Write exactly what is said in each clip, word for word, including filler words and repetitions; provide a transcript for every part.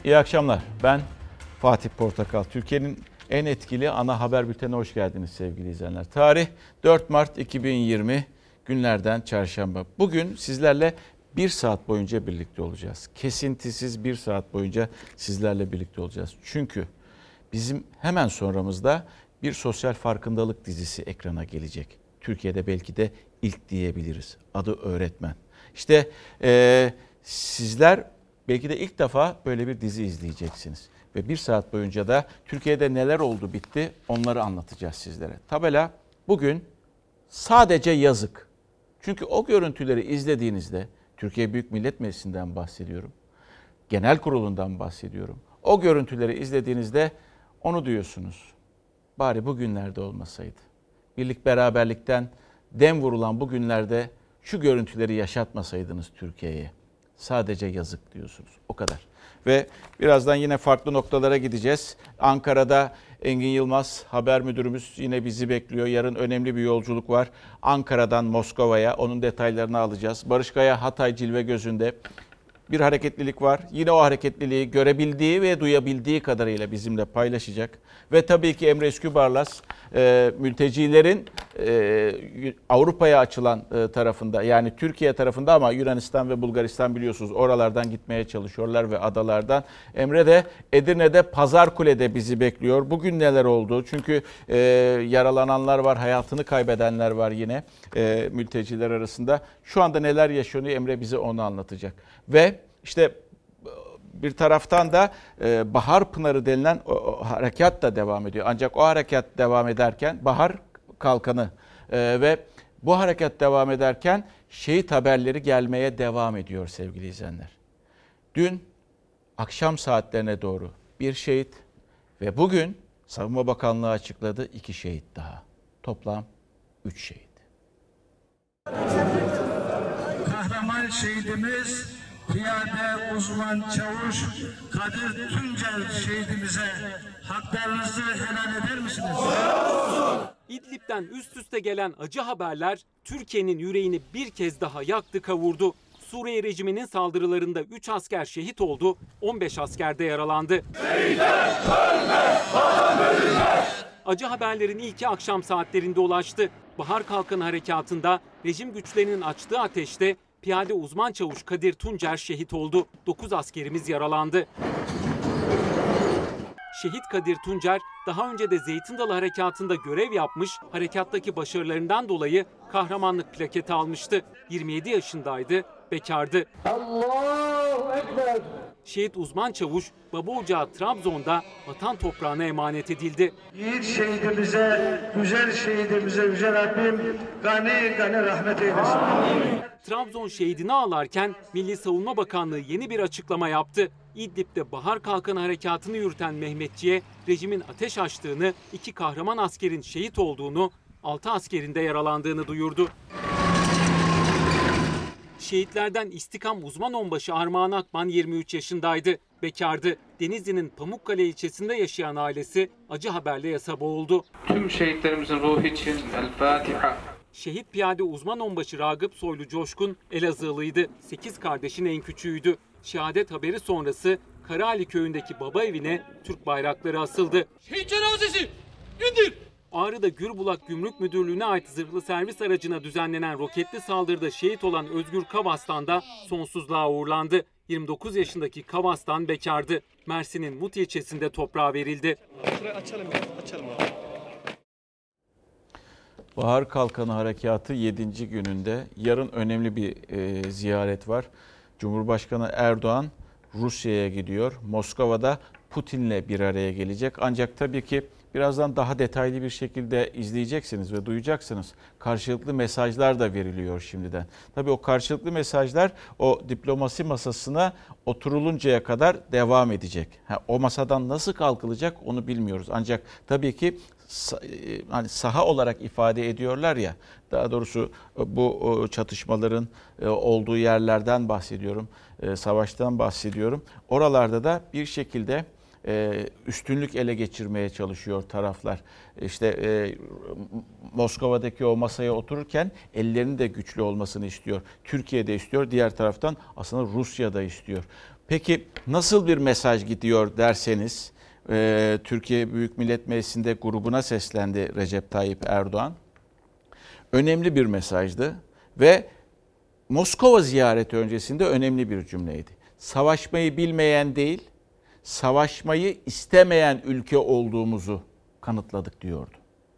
İyi akşamlar. Ben Fatih Portakal. Türkiye'nin en etkili ana haber bültenine hoş geldiniz sevgili izleyenler. Tarih dört Mart iki bin yirmi, günlerden çarşamba. Bugün sizlerle bir saat boyunca birlikte olacağız. Kesintisiz bir saat boyunca sizlerle birlikte olacağız. Çünkü bizim hemen sonramızda bir sosyal farkındalık dizisi ekrana gelecek. Türkiye'de belki de ilk diyebiliriz. Adı Öğretmen. İşte e, sizler belki de ilk defa böyle bir dizi izleyeceksiniz. Ve bir saat boyunca da Türkiye'de neler oldu bitti onları anlatacağız sizlere. Tabela bugün sadece yazık. Çünkü o görüntüleri izlediğinizde, Türkiye Büyük Millet Meclisi'nden bahsediyorum. Genel kurulundan bahsediyorum. O görüntüleri izlediğinizde onu diyorsunuz. Bari bu günlerde olmasaydı. Birlik beraberlikten dem vurulan bu günlerde şu görüntüleri yaşatmasaydınız Türkiye'ye. Sadece yazık diyorsunuz. O kadar. Ve birazdan yine farklı noktalara gideceğiz. Ankara'da Engin Yılmaz haber müdürümüz yine bizi bekliyor. Yarın önemli bir yolculuk var. Ankara'dan Moskova'ya, onun detaylarını alacağız. Barış Kaya Hatay Cilve Gözü'nde bir hareketlilik var. Yine o hareketliliği görebildiği ve duyabildiği kadarıyla bizimle paylaşacak. Ve tabii ki Emre Üskübarlas e, mültecilerin e, Avrupa'ya açılan e, tarafında, yani Türkiye tarafında ama Yunanistan ve Bulgaristan biliyorsunuz oralardan gitmeye çalışıyorlar ve adalardan. Emre de Edirne'de Pazarkule'de bizi bekliyor. Bugün neler oldu? Çünkü e, yaralananlar var, hayatını kaybedenler var yine e, mülteciler arasında. Şu anda neler yaşanıyor Emre bize onu anlatacak. Ve işte bir taraftan da Bahar Pınarı denilen o harekat da devam ediyor. Ancak o harekat devam ederken Bahar Kalkanı ve bu harekat devam ederken şehit haberleri gelmeye devam ediyor sevgili izleyenler. Dün akşam saatlerine doğru bir şehit ve bugün Savunma Bakanlığı açıkladı iki şehit daha. Toplam üç şehit. Kahraman şehidimiz Piyade Uzman Çavuş Kadir Tuncer şehidimize haklarınızı helal eder misiniz? İdlib'den üst üste gelen acı haberler Türkiye'nin yüreğini bir kez daha yaktı kavurdu. Suriye rejiminin saldırılarında üç asker şehit oldu, on beş asker de yaralandı. Acı haberlerin ilki akşam saatlerinde ulaştı. Bahar Kalkanı harekatında rejim güçlerinin açtığı ateşte Piyade Uzman Çavuş Kadir Tuncer şehit oldu. dokuz askerimiz yaralandı. Şehit Kadir Tuncer daha önce de Zeytin Dalı Harekatı'nda görev yapmış, harekattaki başarılarından dolayı kahramanlık plaketi almıştı. yirmi yedi yaşındaydı, bekardı. Allahu Ekber. Şehit Uzman Çavuş baba ocağı Trabzon'da vatan toprağına emanet edildi. Yiğit şehidimize, güzel şehidimize Yüce Rabbim gani gani rahmet eylesin. Trabzon şehidini ağlarken Milli Savunma Bakanlığı yeni bir açıklama yaptı. İdlib'de Bahar Kalkanı harekatını yürüten Mehmetçi'ye rejimin ateş açtığını, iki kahraman askerin şehit olduğunu, altı askerin de yaralandığını duyurdu. Şehitlerden İstikam Uzman Onbaşı Armağan Akman yirmi üç yaşındaydı. Bekardı. Denizli'nin Pamukkale ilçesinde yaşayan ailesi acı haberle yasa boğuldu. Tüm şehitlerimizin ruhu için El Fatiha. Şehit Piyade Uzman Onbaşı Ragıp Soylu Coşkun Elazığlıydı. sekiz kardeşin en küçüğüydü. Şehadet haberi sonrası Karaali köyündeki baba evine Türk bayrakları asıldı. Şehit cenazesi indir! Ağrı'da Gürbulak Gümrük Müdürlüğü'ne ait zırhlı servis aracına düzenlenen roketli saldırıda şehit olan Özgür Kavas'tan da sonsuzluğa uğurlandı. yirmi dokuz yaşındaki Kavas'tan bekardı. Mersin'in Mut ilçesinde toprağa verildi. Açalım ya, açalım abi. Bahar Kalkanı Harekatı yedinci gününde yarın önemli bir e, ziyaret var. Cumhurbaşkanı Erdoğan Rusya'ya gidiyor. Moskova'da Putin'le bir araya gelecek. Ancak tabii ki birazdan daha detaylı bir şekilde izleyeceksiniz ve duyacaksınız. Karşılıklı mesajlar da veriliyor şimdiden. Tabii o karşılıklı mesajlar o diplomasi masasına oturuluncaya kadar devam edecek. Ha, o masadan nasıl kalkılacak onu bilmiyoruz. Ancak tabii ki hani saha olarak ifade ediyorlar ya, daha doğrusu bu çatışmaların olduğu yerlerden bahsediyorum, savaştan bahsediyorum. Oralarda da bir şekilde üstünlük ele geçirmeye çalışıyor taraflar. İşte e, Moskova'daki o masaya otururken ellerinin de güçlü olmasını istiyor. Türkiye de istiyor, diğer taraftan aslında Rusya da istiyor. Peki nasıl bir mesaj gidiyor derseniz, e, Türkiye Büyük Millet Meclisi'nde grubuna seslendi Recep Tayyip Erdoğan. Önemli bir mesajdı ve Moskova ziyareti öncesinde önemli bir cümleydi. Savaşmayı bilmeyen değil, savaşmayı istemeyen ülke olduğumuzu kanıtladık diyordu.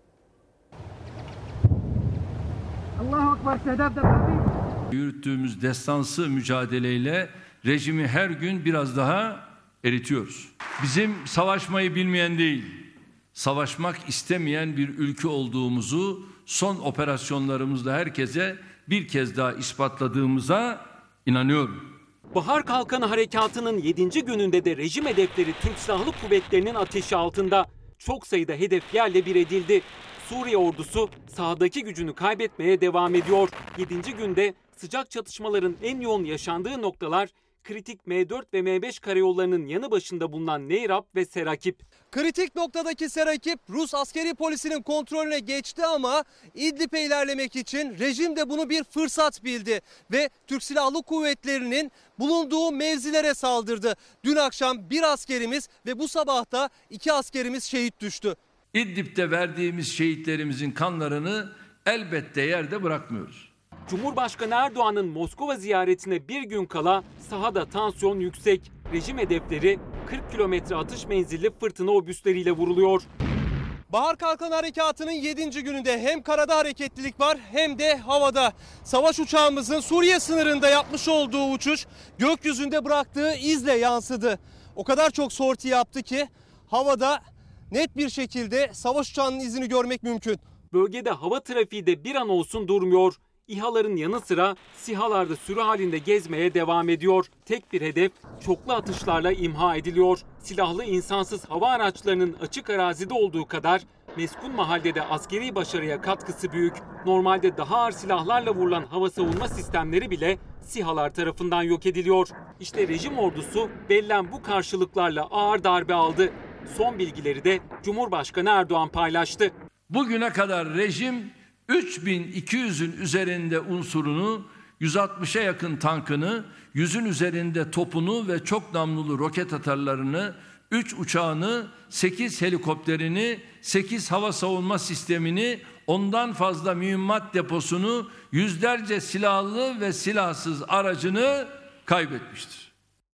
Yürüttüğümüz destansı mücadeleyle rejimi her gün biraz daha eritiyoruz. Bizim savaşmayı bilmeyen değil, savaşmak istemeyen bir ülke olduğumuzu son operasyonlarımızda herkese bir kez daha ispatladığımıza inanıyorum. Bahar Kalkanı Harekatı'nın yedinci gününde de rejim hedefleri Türk Silahlı Kuvvetleri'nin ateşi altında. Çok sayıda hedef yerle bir edildi. Suriye ordusu sahadaki gücünü kaybetmeye devam ediyor. yedinci günde sıcak çatışmaların en yoğun yaşandığı noktalar kritik M dört ve M beş karayollarının yanı başında bulunan Neyrap ve Serakip. Kritik noktadaki Serakip Rus askeri polisinin kontrolüne geçti ama İdlib'e ilerlemek için rejim de bunu bir fırsat bildi ve Türk Silahlı Kuvvetleri'nin bulunduğu mevzilere saldırdı. Dün akşam bir askerimiz ve bu sabah da iki askerimiz şehit düştü. İdlib'de verdiğimiz şehitlerimizin kanlarını elbette yerde bırakmıyoruz. Cumhurbaşkanı Erdoğan'ın Moskova ziyaretine bir gün kala sahada tansiyon yüksek. Rejim hedefleri kırk kilometre atış menzilli fırtına obüsleriyle vuruluyor. Bahar Kalkan Harekatı'nın yedinci gününde hem karada hareketlilik var hem de havada. Savaş uçağımızın Suriye sınırında yapmış olduğu uçuş gökyüzünde bıraktığı izle yansıdı. O kadar çok sorti yaptı ki havada net bir şekilde savaş uçağının izini görmek mümkün. Bölgede hava trafiği de bir an olsun durmuyor. İHA'ların yanı sıra SİHA'lar da sürü halinde gezmeye devam ediyor. Tek bir hedef çoklu atışlarla imha ediliyor. Silahlı insansız hava araçlarının açık arazide olduğu kadar meskun mahallede askeri başarıya katkısı büyük. Normalde daha ağır silahlarla vurulan hava savunma sistemleri bile SİHA'lar tarafından yok ediliyor. İşte rejim ordusu verilen bu karşılıklarla ağır darbe aldı. Son bilgileri de Cumhurbaşkanı Erdoğan paylaştı. Bugüne kadar rejim üç bin iki yüzün üzerinde unsurunu, yüz altmışa yakın tankını, yüzün üzerinde topunu ve çok namlulu roket atarlarını, üç uçağını, sekiz helikopterini, sekiz hava savunma sistemini, ondan fazla mühimmat deposunu, yüzlerce silahlı ve silahsız aracını kaybetmiştir.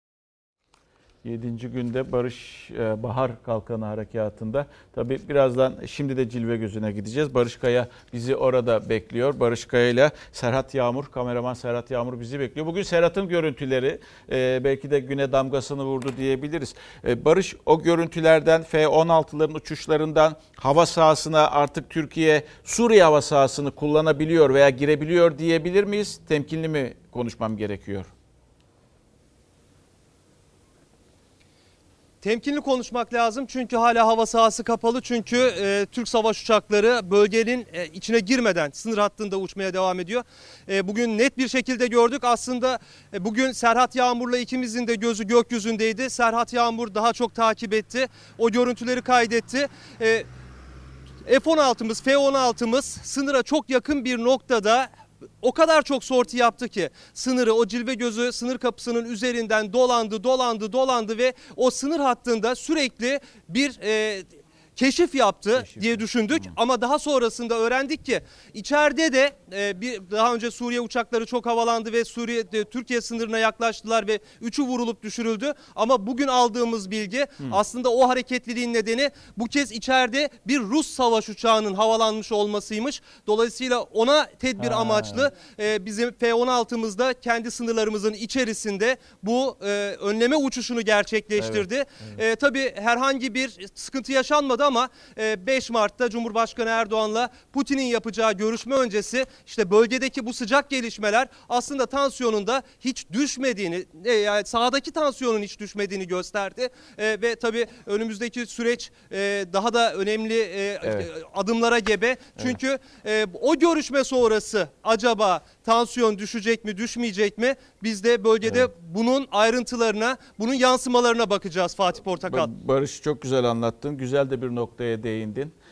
yedinci günde Barış Bahar Kalkanı Harekatı'nda tabii birazdan şimdi de Cilve Gözü'ne gideceğiz. Barış Kaya bizi orada bekliyor. Barış Kaya ile Serhat Yağmur, kameraman Serhat Yağmur bizi bekliyor. Bugün Serhat'ın görüntüleri belki de güne damgasını vurdu diyebiliriz. Barış, o görüntülerden, F on altıların uçuşlarından hava sahasına artık Türkiye Suriye hava sahasını kullanabiliyor veya girebiliyor diyebilir miyiz? Temkinli mi konuşmam gerekiyor? Temkinli konuşmak lazım çünkü hala hava sahası kapalı. Çünkü e, Türk savaş uçakları bölgenin e, içine girmeden sınır hattında uçmaya devam ediyor. E, bugün net bir şekilde gördük. Aslında e, bugün Serhat Yağmur'la ikimizin de gözü gökyüzündeydi. Serhat Yağmur daha çok takip etti. O görüntüleri kaydetti. E, F on altımız, F on altımız sınıra çok yakın bir noktada o kadar çok sorti yaptı ki sınırı, o Cilve Gözü sınır kapısının üzerinden dolandı, dolandı, dolandı ve o sınır hattında sürekli bir e, keşif yaptı keşif. diye düşündük. Hı. Ama daha sonrasında öğrendik ki içeride de e, bir daha önce Suriye uçakları çok havalandı ve Suriye e, Türkiye sınırına yaklaştılar ve üçü vurulup düşürüldü. Ama bugün aldığımız bilgi Hı. aslında o hareketliliğin nedeni bu kez içeride bir Rus savaş uçağının havalanmış olmasıymış. Dolayısıyla ona tedbir ha. amaçlı e, bizim F on altımızda kendi sınırlarımızın içerisinde bu e, önleme uçuşunu gerçekleştirdi. Evet. Evet. E, tabii herhangi bir sıkıntı yaşanmadı ama beş Mart'ta Cumhurbaşkanı Erdoğan'la Putin'in yapacağı görüşme öncesi işte bölgedeki bu sıcak gelişmeler aslında tansiyonun da hiç düşmediğini, yani sahadaki tansiyonun hiç düşmediğini gösterdi. Ve tabii önümüzdeki süreç daha da önemli evet. adımlara gebe. Çünkü evet. o görüşme sonrası acaba tansiyon düşecek mi, düşmeyecek mi? Biz de bölgede evet. bunun ayrıntılarına, bunun yansımalarına bakacağız Fatih Portakal. Barış, çok güzel anlattın. Güzel de bir noktaya değindin.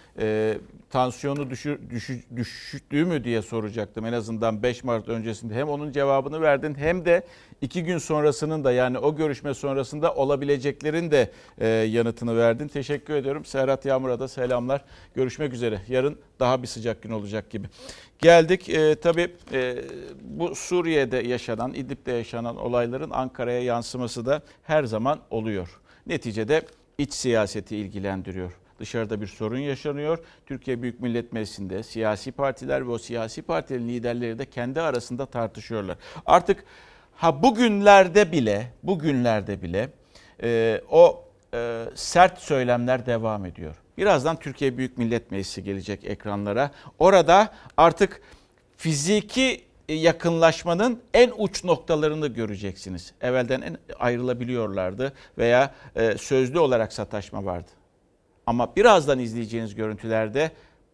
e, tansiyonu düşür, düşü, düştü mü diye soracaktım en azından beş Mart öncesinde. Hem onun cevabını verdin hem de iki gün sonrasının da, yani o görüşme sonrasında olabileceklerin de e, yanıtını verdin. Teşekkür ediyorum. Serhat Yağmur'a da selamlar. Görüşmek üzere. Yarın daha bir sıcak gün olacak gibi. Geldik e, tabii e, bu Suriye'de yaşanan, İdlib'de yaşanan olayların Ankara'ya yansıması da her zaman oluyor. Neticede iç siyaseti ilgilendiriyor. Dışarıda bir sorun yaşanıyor. Türkiye Büyük Millet Meclisi'nde siyasi partiler ve o siyasi partilerin liderleri de kendi arasında tartışıyorlar. Artık ha bugünlerde bile, bugünlerde bile e, o e, sert söylemler devam ediyor. Birazdan Türkiye Büyük Millet Meclisi gelecek ekranlara. Orada artık fiziki yakınlaşmanın en uç noktalarını göreceksiniz. Evvelden ayrılabiliyorlardı veya e, sözlü olarak sataşma vardı. Ama birazdan izleyeceğiniz görüntülerde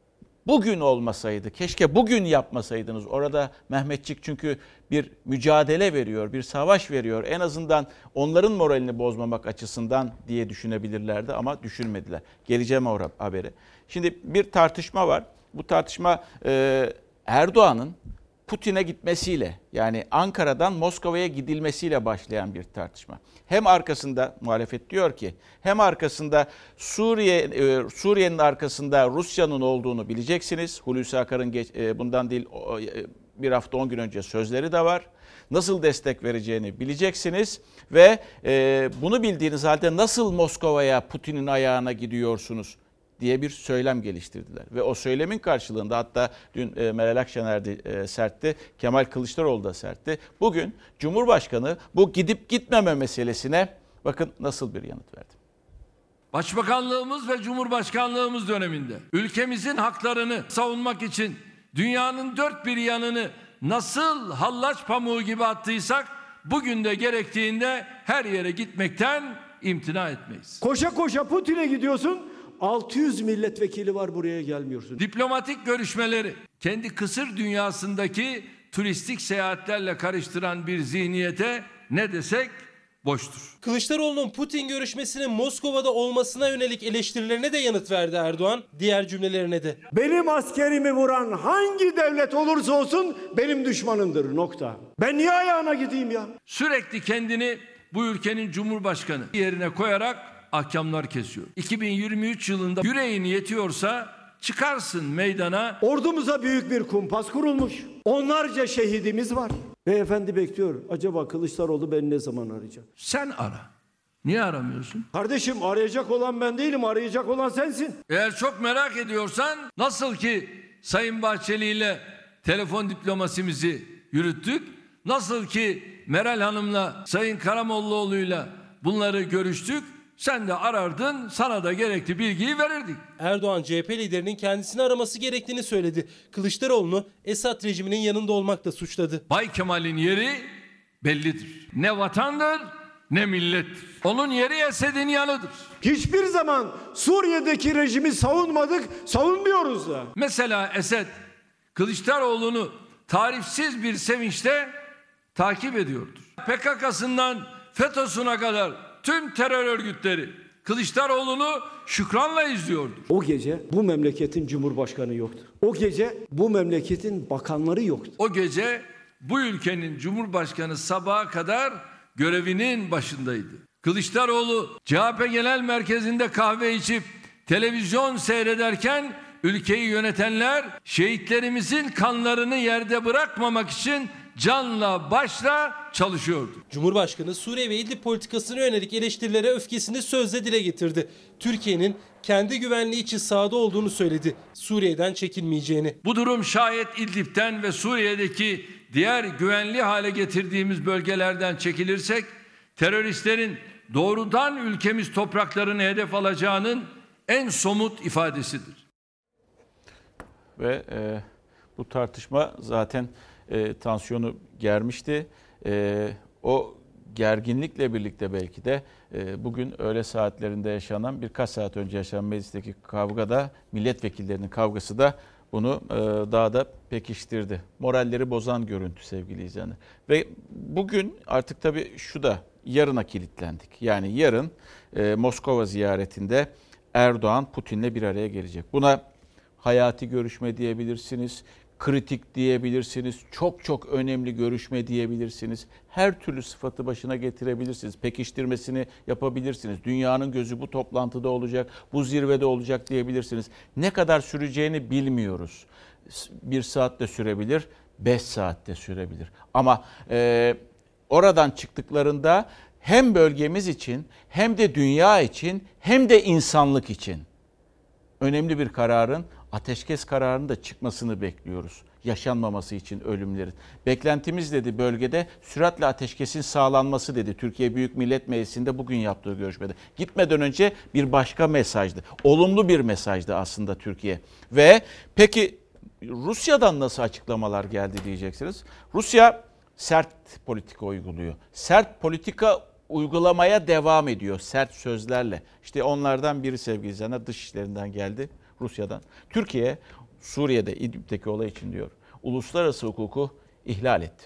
bugün olmasaydı, keşke bugün yapmasaydınız. Orada Mehmetçik çünkü bir mücadele veriyor, bir savaş veriyor. En azından onların moralini bozmamak açısından diye düşünebilirlerdi ama düşünmediler. Geleceğim o habere. Şimdi bir tartışma var. Bu tartışma e, Erdoğan'ın Putin'e gitmesiyle, yani Ankara'dan Moskova'ya gidilmesiyle başlayan bir tartışma. Hem arkasında muhalefet diyor ki, hem arkasında Suriye Suriye'nin arkasında Rusya'nın olduğunu bileceksiniz. Hulusi Akar'ın bundan değil bir hafta on gün önce sözleri de var. Nasıl destek vereceğini bileceksiniz ve bunu bildiğiniz halde nasıl Moskova'ya, Putin'in ayağına gidiyorsunuz diye bir söylem geliştirdiler. Ve o söylemin karşılığında hatta dün Meral Akşener de sertti, Kemal Kılıçdaroğlu da sertti. Bugün Cumhurbaşkanı bu gidip gitmeme meselesine bakın nasıl bir yanıt verdi. Başbakanlığımız ve Cumhurbaşkanlığımız döneminde ülkemizin haklarını savunmak için dünyanın dört bir yanını nasıl hallaç pamuğu gibi attıysak bugün de gerektiğinde her yere gitmekten imtina etmeyiz. Koşa koşa Putin'e gidiyorsun. altı yüz milletvekili var, buraya gelmiyorsun. Diplomatik görüşmeleri kendi kısır dünyasındaki turistik seyahatlerle karıştıran bir zihniyete ne desek boştur. Kılıçdaroğlu'nun Putin görüşmesinin Moskova'da olmasına yönelik eleştirilerine de yanıt verdi Erdoğan, diğer cümlelerine de. Benim askerimi vuran hangi devlet olursa olsun benim düşmanımdır, nokta. Ben niye ayağına gideyim ya? Sürekli kendini bu ülkenin cumhurbaşkanı yerine koyarak ahkamlar kesiyor. iki bin yirmi üç yılında yüreğin yetiyorsa çıkarsın meydana. Ordumuza büyük bir kumpas kurulmuş. Onlarca şehidimiz var. Beyefendi bekliyor. Acaba Kılıçdaroğlu beni ne zaman arayacak? Sen ara. Niye aramıyorsun? Kardeşim, arayacak olan ben değilim, arayacak olan sensin. Eğer çok merak ediyorsan, nasıl ki Sayın Bahçeli ile telefon diplomasimizi yürüttük, nasıl ki Meral Hanım'la Sayın Karamollaoğlu'yla bunları görüştük, sen de arardın, sana da gerekli bilgiyi verirdik. Erdoğan C H P liderinin kendisini araması gerektiğini söyledi. Kılıçdaroğlu'nu Esad rejiminin yanında olmakla suçladı. Bay Kemal'in yeri bellidir. Ne vatandır ne millettir. Onun yeri Esed'in yanıdır. Hiçbir zaman Suriye'deki rejimi savunmadık, savunmuyoruz da. Mesela Esed Kılıçdaroğlu'nu tarifsiz bir sevinçle takip ediyordur. P K K'sından FETÖ'süne kadar tüm terör örgütleri Kılıçdaroğlu'nu şükranla izliyordu. O gece bu memleketin cumhurbaşkanı yoktu. O gece bu memleketin bakanları yoktu. O gece bu ülkenin cumhurbaşkanı sabaha kadar görevinin başındaydı. Kılıçdaroğlu C H P Genel Merkezi'nde kahve içip televizyon seyrederken ülkeyi yönetenler şehitlerimizin kanlarını yerde bırakmamak için canla başla çalışıyordu. Cumhurbaşkanı Suriye ve İdlib politikasına yönelik eleştirilere öfkesini sözle dile getirdi. Türkiye'nin kendi güvenliği için sahada olduğunu söyledi. Suriye'den çekilmeyeceğini. Bu durum şayet İdlib'den ve Suriye'deki diğer güvenli hale getirdiğimiz bölgelerden çekilirsek teröristlerin doğrudan ülkemiz topraklarını hedef alacağının en somut ifadesidir. Ve e, bu tartışma zaten e, tansiyonu germişti. E, o gerginlikle birlikte belki de e, bugün öğle saatlerinde yaşanan, birkaç saat önce yaşanan meclisteki kavgada, milletvekillerinin kavgası da bunu e, daha da pekiştirdi. Moralleri bozan görüntü sevgili izleyenler. Ve bugün artık tabii şu da, yarına kilitlendik. Yani yarın e, Moskova ziyaretinde Erdoğan Putin'le bir araya gelecek. Buna hayati görüşme diyebilirsiniz, kritik diyebilirsiniz, çok çok önemli görüşme diyebilirsiniz. Her türlü sıfatı başına getirebilirsiniz. Pekiştirmesini yapabilirsiniz. Dünyanın gözü bu toplantıda olacak, bu zirvede olacak diyebilirsiniz. Ne kadar süreceğini bilmiyoruz. Bir saatte sürebilir, beş saatte sürebilir. Ama e, oradan çıktıklarında hem bölgemiz için, hem de dünya için, hem de insanlık için önemli bir kararın, ateşkes kararının da çıkmasını bekliyoruz. Yaşanmaması için ölümlerin. Beklentimiz dedi bölgede süratle ateşkesin sağlanması dedi. Türkiye Büyük Millet Meclisi'nde bugün yaptığı görüşmede. Gitmeden önce bir başka mesajdı. Olumlu bir mesajdı aslında Türkiye. Ve peki Rusya'dan nasıl açıklamalar geldi diyeceksiniz. Rusya sert politika uyguluyor. Sert politika uygulamaya devam ediyor sert sözlerle. İşte onlardan biri sevgili izleyenler dışişlerinden geldi. Rusya'dan. Türkiye Suriye'de İdlib'deki olay için diyor. Uluslararası hukuku ihlal etti.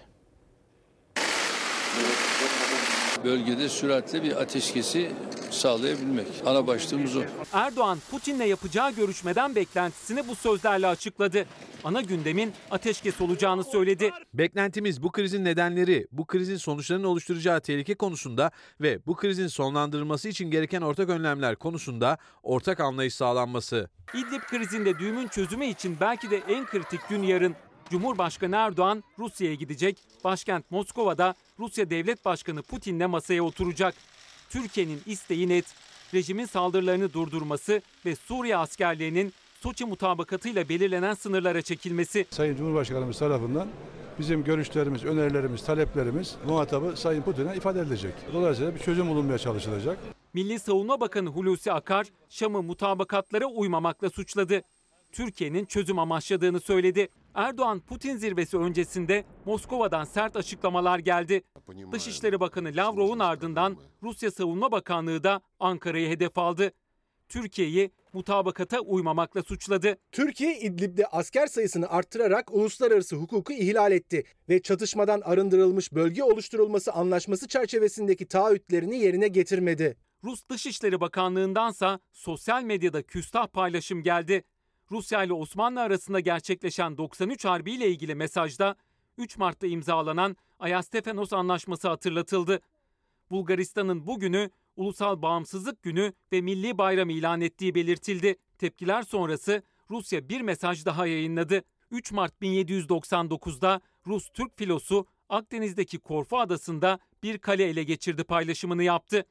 Bölgede süratle bir ateşkesi sağlayabilmek. Ana başlığımız o. Erdoğan Putin'le yapacağı görüşmeden beklentisini bu sözlerle açıkladı. Ana gündemin ateşkes olacağını söyledi. Beklentimiz bu krizin nedenleri, bu krizin sonuçlarını oluşturacağı tehlike konusunda ve bu krizin sonlandırılması için gereken ortak önlemler konusunda ortak anlayış sağlanması. İdlib krizinde düğümün çözümü için belki de en kritik gün yarın. Cumhurbaşkanı Erdoğan Rusya'ya gidecek. Başkent Moskova'da Rusya Devlet Başkanı Putin'le masaya oturacak. Türkiye'nin isteği net. Rejimin saldırılarını durdurması ve Suriye askerlerinin Soçi mutabakatıyla belirlenen sınırlara çekilmesi. Sayın Cumhurbaşkanımız tarafından bizim görüşlerimiz, önerilerimiz, taleplerimiz muhatabı Sayın Putin'e ifade edilecek. Dolayısıyla bir çözüm bulunmaya çalışılacak. Milli Savunma Bakanı Hulusi Akar, Şam'ı mutabakatlara uymamakla suçladı. Türkiye'nin çözüm amaçladığını söyledi. Erdoğan-Putin zirvesi öncesinde Moskova'dan sert açıklamalar geldi. Dışişleri Bakanı Lavrov'un ardından Rusya Savunma Bakanlığı da Ankara'yı hedef aldı. Türkiye'yi mutabakata uymamakla suçladı. Türkiye İdlib'de asker sayısını arttırarak uluslararası hukuku ihlal etti ve çatışmadan arındırılmış bölge oluşturulması anlaşması çerçevesindeki taahhütlerini yerine getirmedi. Rus Dışişleri Bakanlığı'ndansa sosyal medyada küstah paylaşım geldi. Rusya ile Osmanlı arasında gerçekleşen doksan üç Harbi ile ilgili mesajda üç Mart'ta imzalanan Ayastefanos Anlaşması hatırlatıldı. Bulgaristan'ın bugünü Ulusal Bağımsızlık Günü ve Milli Bayram ilan ettiği belirtildi. Tepkiler sonrası Rusya bir mesaj daha yayınladı. üç Mart bin yedi yüz doksan dokuzda Rus Türk filosu Akdeniz'deki Korfu Adası'nda bir kale ele geçirdi paylaşımını yaptı.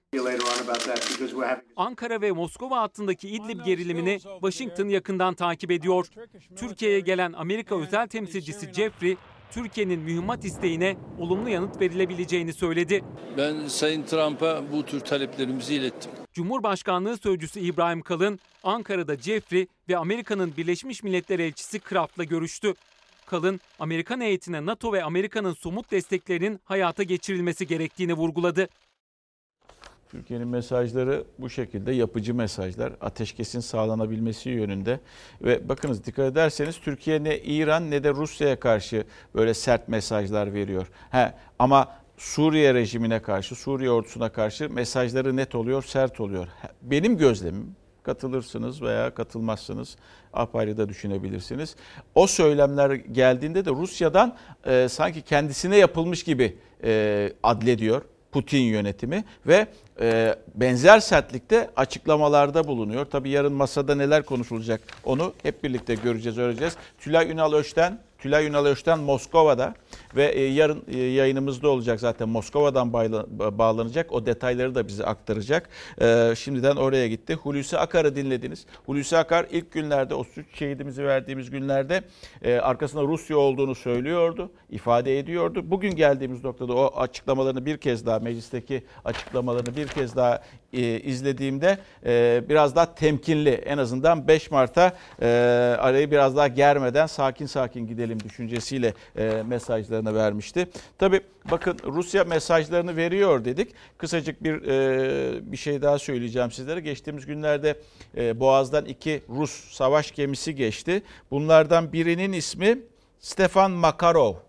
Ankara ve Moskova hattındaki İdlib gerilimini Washington yakından takip ediyor. Türkiye'ye gelen Amerika özel temsilcisi Jeffrey, Türkiye'nin mühimmat isteğine olumlu yanıt verilebileceğini söyledi. Ben Sayın Trump'a bu tür taleplerimizi ilettim. Cumhurbaşkanlığı Sözcüsü İbrahim Kalın, Ankara'da Jeffrey ve Amerika'nın Birleşmiş Milletler Elçisi Kraft'la görüştü. Kalın, Amerikan heyetine NATO ve Amerika'nın somut desteklerinin hayata geçirilmesi gerektiğini vurguladı. Türkiye'nin mesajları bu şekilde, yapıcı mesajlar, ateşkesin sağlanabilmesi yönünde. Ve bakınız dikkat ederseniz Türkiye ne İran ne de Rusya'ya karşı böyle sert mesajlar veriyor. He, ama Suriye rejimine karşı, Suriye ordusuna karşı mesajları net oluyor, sert oluyor. Benim gözlemim, katılırsınız veya katılmazsınız, apayrı da düşünebilirsiniz. O söylemler geldiğinde de Rusya'dan e, sanki kendisine yapılmış gibi e, adlediyor Putin yönetimi ve e, benzer sertlikte açıklamalarda bulunuyor. Tabii yarın masada neler konuşulacak onu hep birlikte göreceğiz, öğreneceğiz. Tülay Ünal Öçten, Tülay Ünal Öçten Moskova'da ve e, yarın e, yayınımızda olacak zaten, Moskova'dan bağla, bağlanacak. O detayları da bize aktaracak. E, şimdiden oraya gitti. Hulusi Akar'ı dinlediniz. Hulusi Akar ilk günlerde, o süt şehidimizi verdiğimiz günlerde e, arkasında Rusya olduğunu söylüyordu, ifade ediyordu. Bugün geldiğimiz noktada o açıklamalarını bir kez daha, meclisteki açıklamalarını bir kez daha e, izlediğimde e, biraz daha temkinli, en azından beş Mart'a e, arayı biraz daha germeden sakin sakin gidelim düşüncesiyle e, mesajlarını vermişti. Tabii bakın, Rusya mesajlarını veriyor dedik. Kısacık bir e, bir şey daha söyleyeceğim sizlere. Geçtiğimiz günlerde e, Boğaz'dan iki Rus savaş gemisi geçti. Bunlardan birinin ismi Stefan Makarov.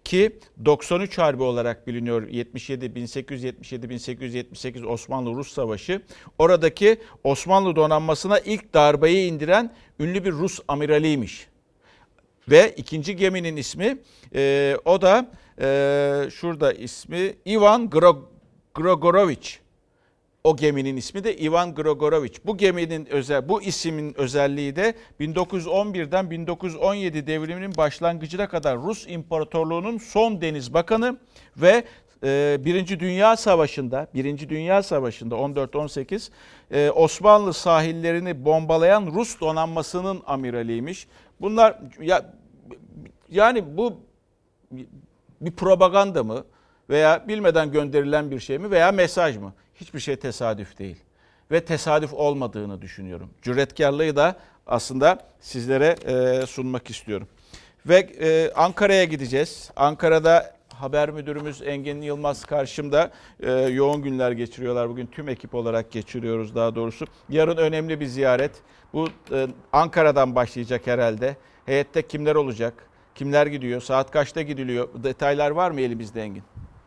ki doksan üç Harbi olarak biliniyor. yetmiş yedi bin sekiz yüz yetmiş yedi bin sekiz yüz yetmiş sekiz Osmanlı-Rus Savaşı. Oradaki Osmanlı donanmasına ilk darbeyi indiren ünlü bir Rus amiraliymiş. Ve ikinci geminin ismi e, o da e, şurada ismi Ivan Grigorovic. O geminin ismi de Ivan Grigorovic. Bu geminin özel, bu ismin özelliği de bin dokuz yüz on birden bin dokuz yüz on yedi devriminin başlangıcına kadar Rus İmparatorluğu'nun son deniz bakanı ve e, Birinci Dünya Savaşı'nda, Birinci Dünya Savaşı'nda on dört on sekiz e, Osmanlı sahillerini bombalayan Rus donanmasının amiraliymiş. Bunlar ya yani bu bir propaganda mı veya bilmeden gönderilen bir şey mi veya mesaj mı? Hiçbir şey tesadüf değil ve tesadüf olmadığını düşünüyorum. Cüretkarlığı da aslında sizlere sunmak istiyorum. Ve Ankara'ya gideceğiz. Ankara'da haber müdürümüz Engin Yılmaz karşımda, yoğun günler geçiriyorlar. Bugün tüm ekip olarak geçiriyoruz daha doğrusu. Yarın önemli bir ziyaret. Bu Ankara'dan başlayacak herhalde. Heyette kimler olacak? Kimler gidiyor? Saat kaçta gidiliyor? Detaylar var mı elimizde Engin?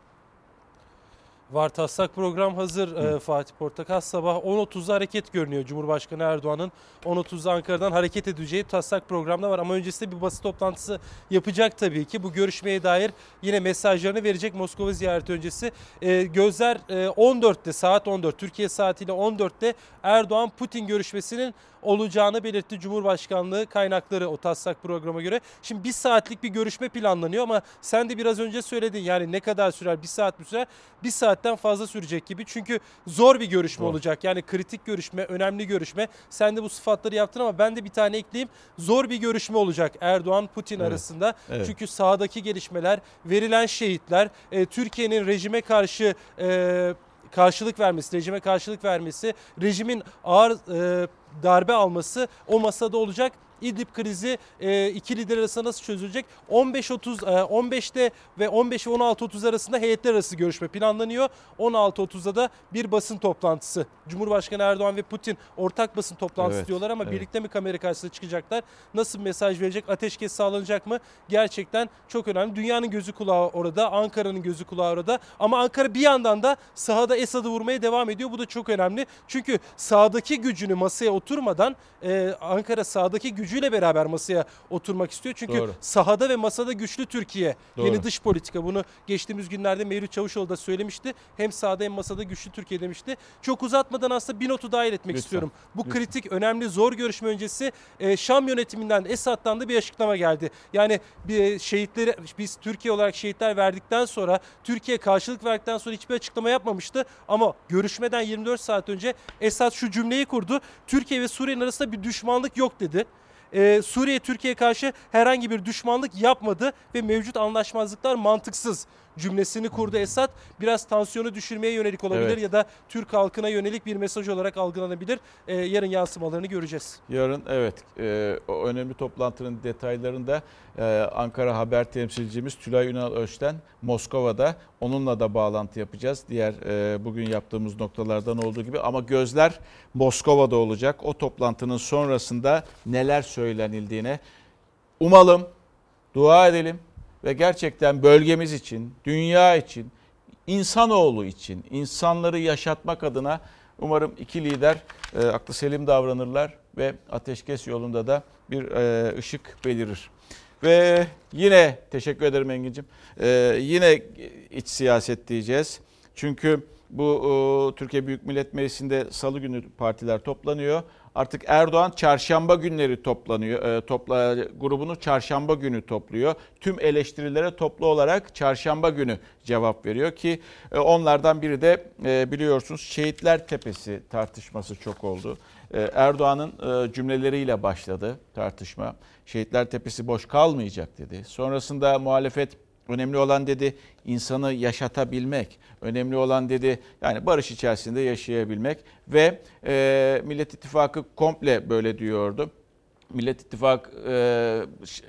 Var, taslak program hazır e, Fatih Portakal. Sabah on otuzda hareket görünüyor. Cumhurbaşkanı Erdoğan'ın on otuzda Ankara'dan hareket edeceği taslak programda var. Ama öncesinde bir basın toplantısı yapacak tabii ki. Bu görüşmeye dair yine mesajlarını verecek Moskova ziyareti öncesi. E, gözler e, on dörtte, saat on dört, Türkiye saatiyle on dörtte Erdoğan-Putin görüşmesinin olacağını belirtti Cumhurbaşkanlığı kaynakları o taslak programa göre. Şimdi bir saatlik bir görüşme planlanıyor ama sen de biraz önce söyledin, yani ne kadar sürer, bir saat mi sürer? Bir saatten fazla sürecek gibi, çünkü zor bir görüşme zor. olacak. Yani kritik görüşme, önemli görüşme. Sen de bu sıfatları yaptın ama ben de bir tane ekleyeyim. Zor bir görüşme olacak Erdoğan-Putin evet. arasında. Evet. Çünkü sahadaki gelişmeler, verilen şehitler, e, Türkiye'nin rejime karşı e, karşılık vermesi, rejime karşılık vermesi, rejimin ağır e, darbe alması o masada olacak. İdlib krizi e, iki lider arasında nasıl çözülecek? on beş otuz e, on beşte ve on beş ve on altı otuz arasında heyetler arası görüşme planlanıyor. on altı otuzda da bir basın toplantısı. Cumhurbaşkanı Erdoğan ve Putin ortak basın toplantısı evet, diyorlar ama evet. birlikte mi kamera karşısına çıkacaklar? Nasıl bir mesaj verecek? Ateşkes sağlanacak mı? Gerçekten çok önemli. Dünyanın gözü kulağı orada, Ankara'nın gözü kulağı orada. Ama Ankara bir yandan da sahada Esad'ı vurmaya devam ediyor. Bu da çok önemli. Çünkü sahadaki gücünü masaya oturmadan e, Ankara sahadaki gücü gücüyle beraber masaya oturmak istiyor. Çünkü Doğru. sahada ve masada güçlü Türkiye. Doğru. Yeni dış politika. Bunu geçtiğimiz günlerde Mevlüt Çavuşoğlu da söylemişti. Hem sahada hem masada güçlü Türkiye demişti. Çok uzatmadan aslında bir notu dahil etmek Lütfen. istiyorum. Bu Lütfen. kritik, önemli, zor görüşme öncesi e, Şam yönetiminden, Esad'dan da bir açıklama geldi. Yani bir şehitleri, biz Türkiye olarak şehitler verdikten sonra, Türkiye karşılık verdikten sonra hiçbir açıklama yapmamıştı. Ama görüşmeden yirmi dört saat önce Esad şu cümleyi kurdu. Türkiye ve Suriye'nin arasında bir düşmanlık yok dedi. Ee, Suriye Türkiye'ye karşı herhangi bir düşmanlık yapmadı ve mevcut anlaşmazlıklar mantıksız cümlesini kurdu Esad. Biraz tansiyonu düşürmeye yönelik olabilir evet. ya da Türk halkına yönelik bir mesaj olarak algılanabilir. Ee, yarın yansımalarını göreceğiz. Yarın evet e, o önemli toplantının detaylarında e, Ankara haber temsilcimiz Tülay Ünal Özten Moskova'da, onunla da bağlantı yapacağız. Diğer e, bugün yaptığımız noktalardan olduğu gibi, ama gözler Moskova'da olacak. O toplantının sonrasında neler söylenildiğine umalım, dua edelim. Ve gerçekten bölgemiz için, dünya için, insanoğlu için, insanları yaşatmak adına umarım iki lider e, aklı selim davranırlar ve ateşkes yolunda da bir e, ışık belirir. Ve yine teşekkür ederim Engin'cim. E, yine iç siyaset diyeceğiz. Çünkü bu e, Türkiye Büyük Millet Meclisi'nde salı günü partiler toplanıyor. Artık Erdoğan çarşamba günleri toplanıyor. E, topla grubunu çarşamba günü topluyor. Tüm eleştirilere toplu olarak çarşamba günü cevap veriyor ki e, onlardan biri de e, biliyorsunuz Şehitler Tepesi tartışması çok oldu. E, Erdoğan'ın e, cümleleriyle başladı tartışma. Şehitler Tepesi boş kalmayacak dedi. Sonrasında muhalefet önemli olan dedi insanı yaşatabilmek. Önemli olan dedi yani barış içerisinde yaşayabilmek ve e, Millet İttifakı komple böyle diyordu. Millet İttifakı e,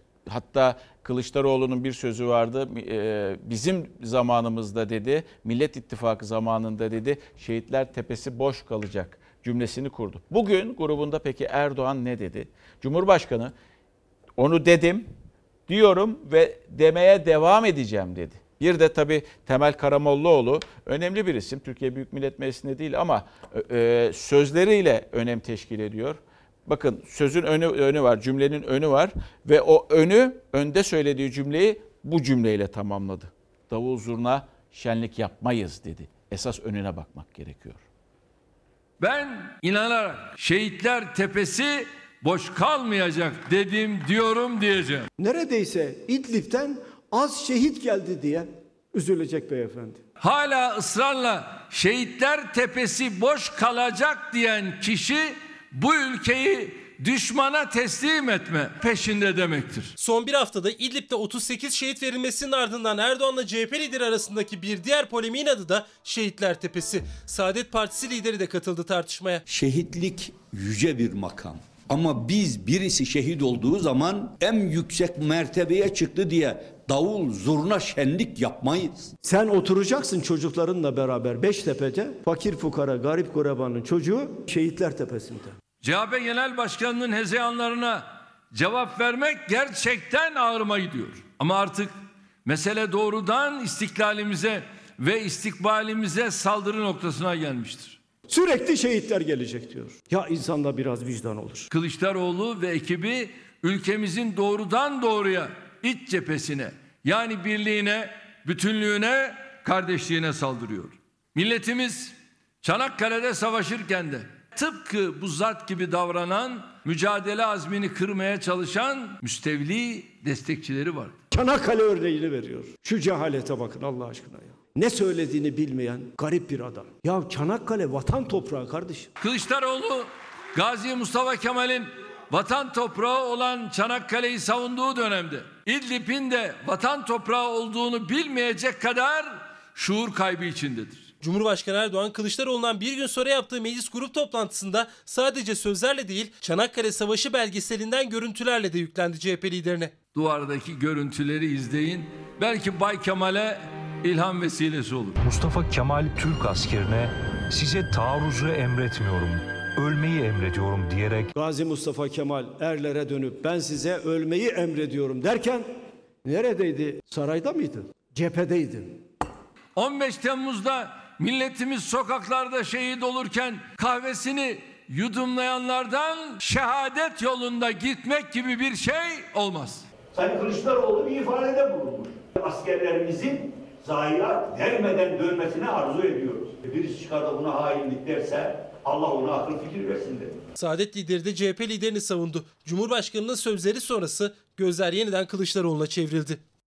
hatta Kılıçdaroğlu'nun bir sözü vardı. E, bizim zamanımızda dedi, Millet İttifakı zamanında dedi Şehitler Tepesi boş kalacak cümlesini kurdu. Bugün grubunda peki Erdoğan ne dedi? Cumhurbaşkanı onu dedim. diyorum ve demeye devam edeceğim dedi. Bir de tabii Temel Karamollaoğlu önemli bir isim. Türkiye Büyük Millet Meclisi'nde değil ama e, sözleriyle önem teşkil ediyor. Bakın sözün önü, önü var, cümlenin önü var ve o önü, önde söylediği cümleyi bu cümleyle tamamladı. Davul zurna şenlik yapmayız dedi. Esas önüne bakmak gerekiyor. Ben inanarak Şehitler Tepesi boş kalmayacak dedim, diyorum, diyeceğim. Neredeyse İdlib'den az şehit geldi diye üzülecek beyefendi. Hala ısrarla Şehitler Tepesi boş kalacak diyen kişi bu ülkeyi düşmana teslim etme peşinde demektir. Son bir haftada İdlib'de otuz sekiz şehit verilmesinin ardından Erdoğan'la C H P lideri arasındaki bir diğer polemiğin adı da Şehitler Tepesi. Saadet Partisi lideri de katıldı tartışmaya. Şehitlik yüce bir makam. Ama biz birisi şehit olduğu zaman en yüksek mertebeye çıktı diye davul zurna şenlik yapmayız. Sen oturacaksın çocuklarınla beraber Beştepe'de, fakir fukara garip gurebanın çocuğu Şehitler Tepesi'nde. C H P Genel Başkanı'nın hezeyanlarına cevap vermek gerçekten ağrıma gidiyor. Ama artık mesele doğrudan istiklalimize ve istikbalimize saldırı noktasına gelmiştir. Sürekli şehitler gelecek diyor. Ya insanda biraz vicdan olur. Kılıçdaroğlu ve ekibi ülkemizin doğrudan doğruya iç cephesine, yani birliğine, bütünlüğüne, kardeşliğine saldırıyor. Milletimiz Çanakkale'de savaşırken de tıpkı bu zat gibi davranan, mücadele azmini kırmaya çalışan müstevli destekçileri vardı. Çanakkale örneğini veriyor. Şu cehalete bakın Allah aşkına ya. Ne söylediğini bilmeyen garip bir adam. Ya Çanakkale vatan toprağı kardeşim. Kılıçdaroğlu, Gazi Mustafa Kemal'in vatan toprağı olan Çanakkale'yi savunduğu dönemde İdlib'in de vatan toprağı olduğunu bilmeyecek kadar şuur kaybı içindedir. Cumhurbaşkanı Erdoğan, Kılıçdaroğlu'ndan bir gün sonra yaptığı meclis grup toplantısında sadece sözlerle değil, Çanakkale Savaşı belgeselinden görüntülerle de yüklendi C H P liderine. Duvardaki görüntüleri izleyin. Belki Bay Kemal'e ilham vesilesi olur. Mustafa Kemal Türk askerine size taarruzu emretmiyorum, ölmeyi emrediyorum diyerek Gazi Mustafa Kemal erlere dönüp ben size ölmeyi emrediyorum derken neredeydi? Sarayda mıydı? Cephedeydi. on beş Temmuz'da milletimiz sokaklarda şehit olurken kahvesini yudumlayanlardan şehadet yolunda gitmek gibi bir şey olmaz. Sayın Kılıçdaroğlu bir ifadede bulunmuş. Askerlerimizin zayiat vermeden dönmesine arzu ediyoruz. Birisi çıkar da buna hainlik derse Allah ona akıl fikir versin dedi. Saadet lideri de C H P liderini savundu. Cumhurbaşkanının sözleri sonrası gözler yeniden Kılıçdaroğlu'na çevrildi.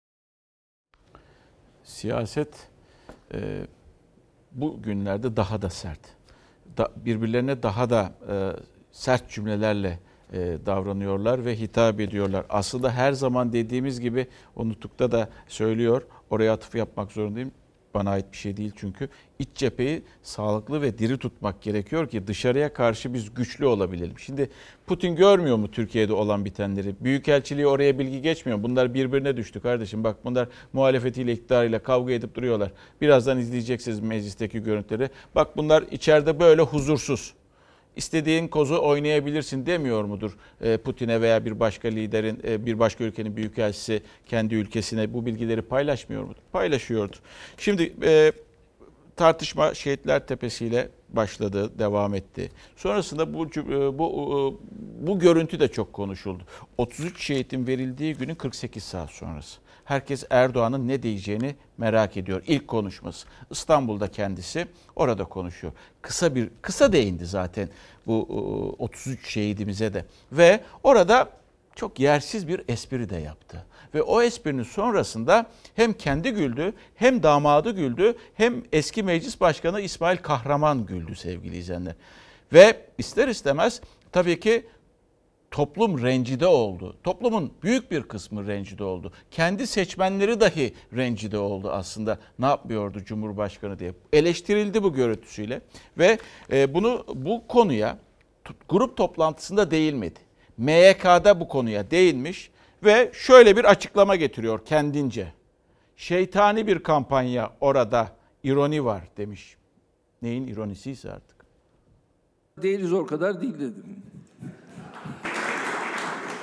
Siyaset e, bu günlerde daha da sert. Da, birbirlerine daha da e, sert cümlelerle e, davranıyorlar ve hitap ediyorlar. Aslında her zaman dediğimiz gibi, o nutukta da söylüyor, oraya atıf yapmak zorundayım. Bana ait bir şey değil çünkü. İç cepheyi sağlıklı ve diri tutmak gerekiyor ki dışarıya karşı biz güçlü olabilelim. Şimdi Putin görmüyor mu Türkiye'de olan bitenleri? Büyükelçiliği oraya bilgi geçmiyor mu? Bunlar birbirine düştü kardeşim. Bak bunlar muhalefetiyle, iktidarıyla kavga edip duruyorlar. Birazdan izleyeceksiniz meclisteki görüntüleri. Bak bunlar içeride böyle huzursuz. İstediğin kozu oynayabilirsin demiyor mudur Putin'e veya bir başka liderin, bir başka ülkenin büyükelçisi kendi ülkesine bu bilgileri paylaşmıyor mudur? Paylaşıyordu. Şimdi e, tartışma Şehitler Tepesi ile başladı, devam etti. Sonrasında bu bu bu görüntü de çok konuşuldu. otuz üç şehitin verildiği günün kırk sekiz saat sonrası. Herkes Erdoğan'ın ne diyeceğini merak ediyor. İlk konuşması. İstanbul'da kendisi orada konuşuyor. Kısa bir kısa değindi zaten bu otuz üç şehidimize de. Ve orada çok yersiz bir espri de yaptı. Ve o esprinin sonrasında hem kendi güldü, hem damadı güldü, hem eski meclis başkanı İsmail Kahraman güldü sevgili izleyenler. Ve ister istemez tabii ki toplum rencide oldu. Toplumun büyük bir kısmı rencide oldu. Kendi seçmenleri dahi rencide oldu aslında. Ne yapmıyordu Cumhurbaşkanı diye. Eleştirildi bu görüntüsüyle ve bunu bu konuya grup toplantısında değinmedi. M Y K'da bu konuya değinmiş ve şöyle bir açıklama getiriyor kendince. Şeytani bir kampanya, orada ironi var demiş. Neyin ironisiyse artık. Değiliz o kadar değil dedim.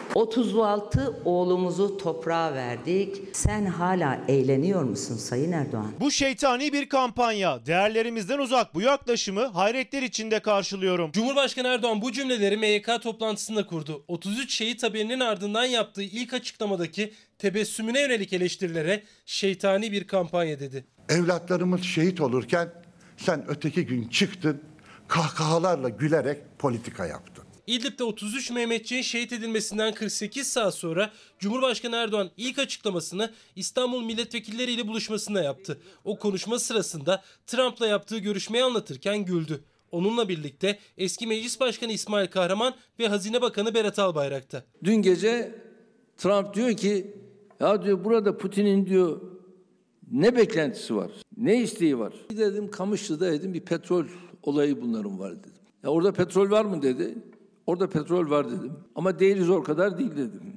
otuz altı oğlumuzu toprağa verdik. Sen hala eğleniyor musun Sayın Erdoğan? Bu şeytani bir kampanya. Değerlerimizden uzak bu yaklaşımı hayretler içinde karşılıyorum. Cumhurbaşkanı Erdoğan bu cümleleri M Y K toplantısında kurdu. otuz üç şehit haberinin ardından yaptığı ilk açıklamadaki tebessümüne yönelik eleştirilere şeytani bir kampanya dedi. Evlatlarımız şehit olurken sen öteki gün çıktın, kahkahalarla gülerek politika yaptın. İdlib'de otuz üç Mehmetçiğin şehit edilmesinden kırk sekiz saat sonra Cumhurbaşkanı Erdoğan ilk açıklamasını İstanbul milletvekilleriyle buluşmasında yaptı. O konuşma sırasında Trump'la yaptığı görüşmeyi anlatırken güldü. Onunla birlikte eski Meclis Başkanı İsmail Kahraman ve Hazine Bakanı Berat Albayrak da. Dün gece Trump diyor ki ya diyor burada Putin'in diyor ne beklentisi var? Ne isteği var? Dedim Kamışlı'da dedim bir petrol olayı bunların var dedim. Ya orada petrol var mı dedi. Orada petrol var dedim. Ama değiliz o kadar değil dedim.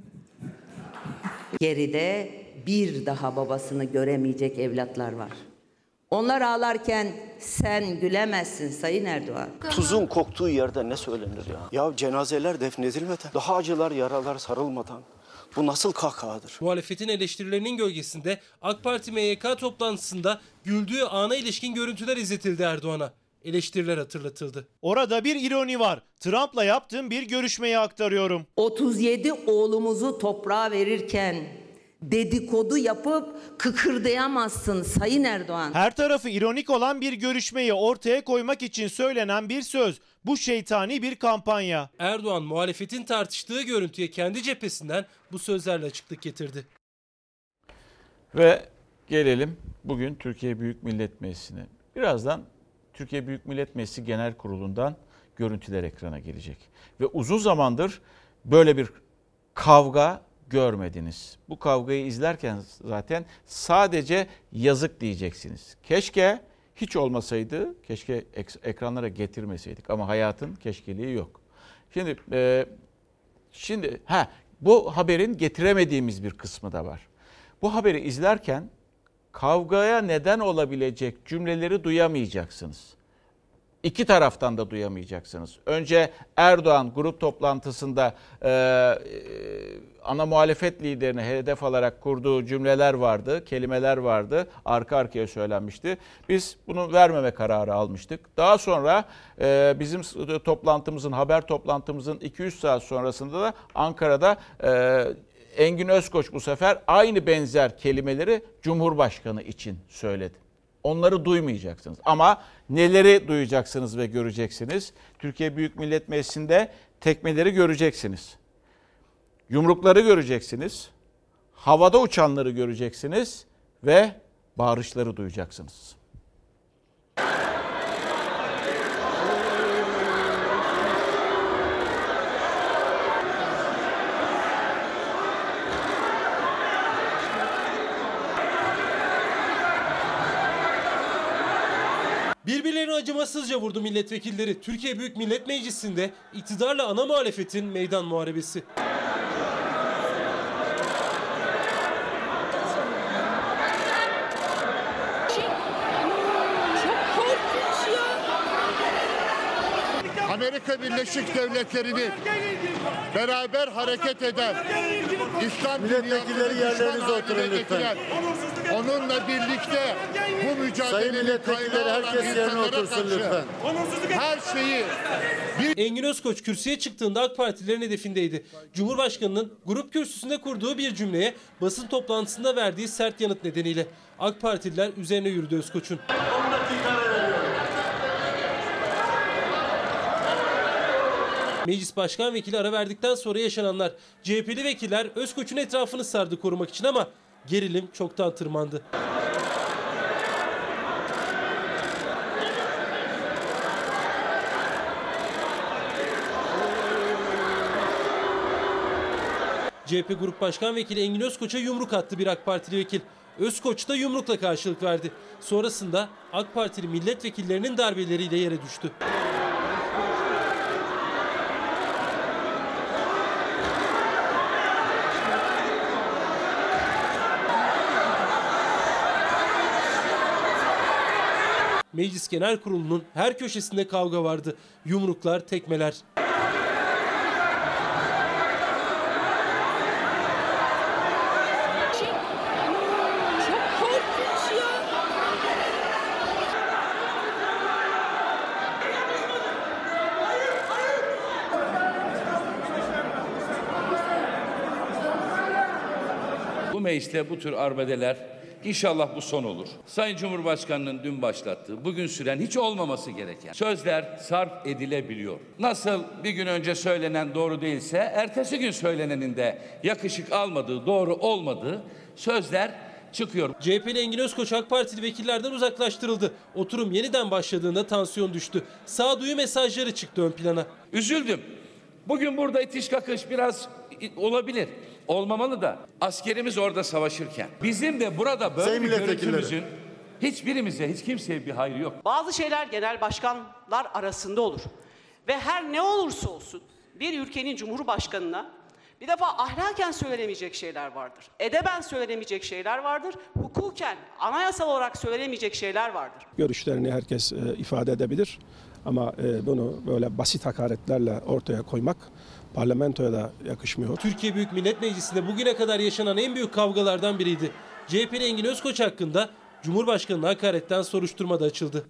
Geride bir daha babasını göremeyecek evlatlar var. Onlar ağlarken sen gülemezsin Sayın Erdoğan. Tuzun koktuğu yerde ne söylenir ya? Ya cenazeler defnedilmeden, daha acılar yaralar sarılmadan. Bu nasıl kahkahadır? Muhalefetin eleştirilerinin gölgesinde AK Parti M Y K toplantısında güldüğü ana ilişkin görüntüler izletildi Erdoğan'a. Eleştiriler hatırlatıldı. Orada bir ironi var. Trump'la yaptığım bir görüşmeyi aktarıyorum. otuz yedi oğlumuzu toprağa verirken dedikodu yapıp kıkırdayamazsın Sayın Erdoğan. Her tarafı ironik olan bir görüşmeyi ortaya koymak için söylenen bir söz. Bu şeytani bir kampanya. Erdoğan muhalefetin tartıştığı görüntüye kendi cephesinden bu sözlerle açıklık getirdi. Ve gelelim bugün Türkiye Büyük Millet Meclisi'ne. Birazdan Türkiye Büyük Millet Meclisi Genel Kurulu'ndan görüntüler ekrana gelecek. Ve uzun zamandır böyle bir kavga görmediniz. Bu kavgayı izlerken zaten sadece yazık diyeceksiniz. Keşke hiç olmasaydı, keşke ekranlara getirmeseydik ama hayatın keşkeliği yok. Şimdi e, şimdi ha bu haberin getiremediğimiz bir kısmı da var. Bu haberi izlerken kavgaya neden olabilecek cümleleri duyamayacaksınız. İki taraftan da duyamayacaksınız. Önce Erdoğan grup toplantısında e, e, ana muhalefet liderini hedef alarak kurduğu cümleler vardı, kelimeler vardı. Arka arkaya söylenmişti. Biz bunu vermeme kararı almıştık. Daha sonra e, bizim toplantımızın, haber toplantımızın iki üç saat sonrasında da Ankara'da e, Engin Özkoç bu sefer aynı benzer kelimeleri Cumhurbaşkanı için söyledi. Onları duymayacaksınız ama neleri duyacaksınız ve göreceksiniz? Türkiye Büyük Millet Meclisi'nde tekmeleri göreceksiniz. Yumrukları göreceksiniz. Havada uçanları göreceksiniz ve bağırışları duyacaksınız. Birbirlerini acımasızca vurdu milletvekilleri. Türkiye Büyük Millet Meclisi'nde iktidarla ana muhalefetin meydan muharebesi. Amerika Birleşik Devletleri'ni beraber hareket eden İslam milletvekilleri yerlerinize oturun lütfen. Onunla birlikte bu mücadelenin kaynağı olan insanlara karşı her şeyi... Bir... Engin Özkoç kürsüye çıktığında AK Partililerin hedefindeydi. Cumhurbaşkanının grup kürsüsünde kurduğu bir cümleye basın toplantısında verdiği sert yanıt nedeniyle AK Partililer üzerine yürüdü Özkoç'un. Meclis Başkan Vekili ara verdikten sonra yaşananlar. C H P'li vekiller Özkoç'un etrafını sardı korumak için ama gerilim çoktan tırmandı. C H P Grup Başkan Vekili Engin Özkoç'a yumruk attı bir AK Partili vekil. Özkoç da yumrukla karşılık verdi. Sonrasında AK Partili milletvekillerinin darbeleriyle yere düştü. Meclis Genel Kurulu'nun her köşesinde kavga vardı. Yumruklar, tekmeler. mecliste bu tür arbedeler İnşallah bu son olur. Sayın Cumhurbaşkanı'nın dün başlattığı, bugün süren, hiç olmaması gereken sözler sarf edilebiliyor. Nasıl bir gün önce söylenen doğru değilse, ertesi gün söylenenin de yakışık almadığı, doğru olmadığı sözler çıkıyor. C H P'li Engin Özkoç AK Partili vekillerden uzaklaştırıldı. Oturum yeniden başladığında tansiyon düştü. Sağduyu mesajları çıktı ön plana. Üzüldüm. Bugün burada itiş kakış biraz olabilir. Olmamalı da askerimiz orada savaşırken bizim de burada böyle Sayın bir görüntümüzün hiçbirimize, hiç kimseye bir hayrı yok. Bazı şeyler genel başkanlar arasında olur. Ve her ne olursa olsun bir ülkenin cumhurbaşkanına bir defa ahlaken söylenemeyecek şeyler vardır. Edeben söylenemeyecek şeyler vardır. Hukuken, anayasal olarak söylenemeyecek şeyler vardır. Görüşlerini herkes e, ifade edebilir. Ama e, bunu böyle basit hakaretlerle ortaya koymak parlamentoya da yakışmıyor. Türkiye Büyük Millet Meclisi'nde bugüne kadar yaşanan en büyük kavgalardan biriydi. C H P'li Engin Özkoç hakkında Cumhurbaşkanı'na hakaretten soruşturma da açıldı.